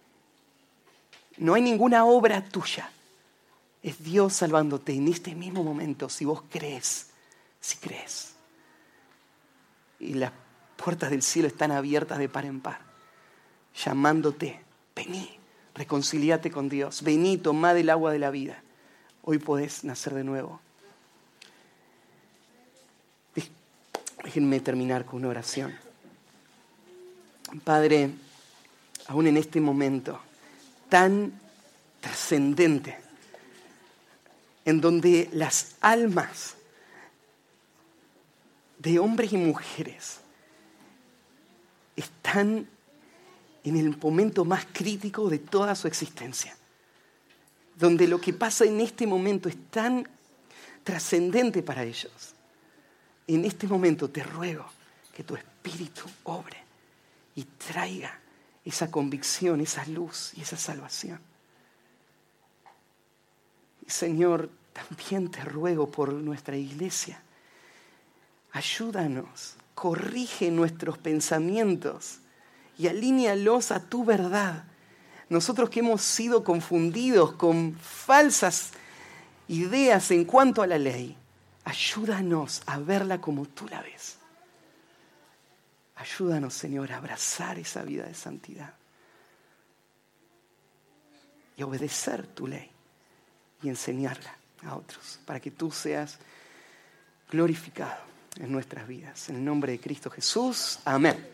No hay ninguna obra tuya. Es Dios salvándote en este mismo momento, si vos crees, si crees. Y las puertas del cielo están abiertas de par en par, llamándote, vení, reconciliate con Dios, vení, tomá del agua de la vida. Hoy podés nacer de nuevo. Déjenme terminar con una oración. Padre, aún en este momento tan trascendente, en donde las almas de hombres y mujeres están en el momento más crítico de toda su existencia, donde lo que pasa en este momento es tan trascendente para ellos. En este momento te ruego que tu Espíritu obre y traiga esa convicción, esa luz y esa salvación. Y Señor, también te ruego por nuestra iglesia. Ayúdanos, corrige nuestros pensamientos y alínealos a tu verdad. Nosotros que hemos sido confundidos con falsas ideas en cuanto a la ley, ayúdanos a verla como tú la ves. Ayúdanos, Señor, a abrazar esa vida de santidad y a obedecer tu ley y enseñarla a otros para que tú seas glorificado en nuestras vidas. En el nombre de Cristo Jesús. Amén.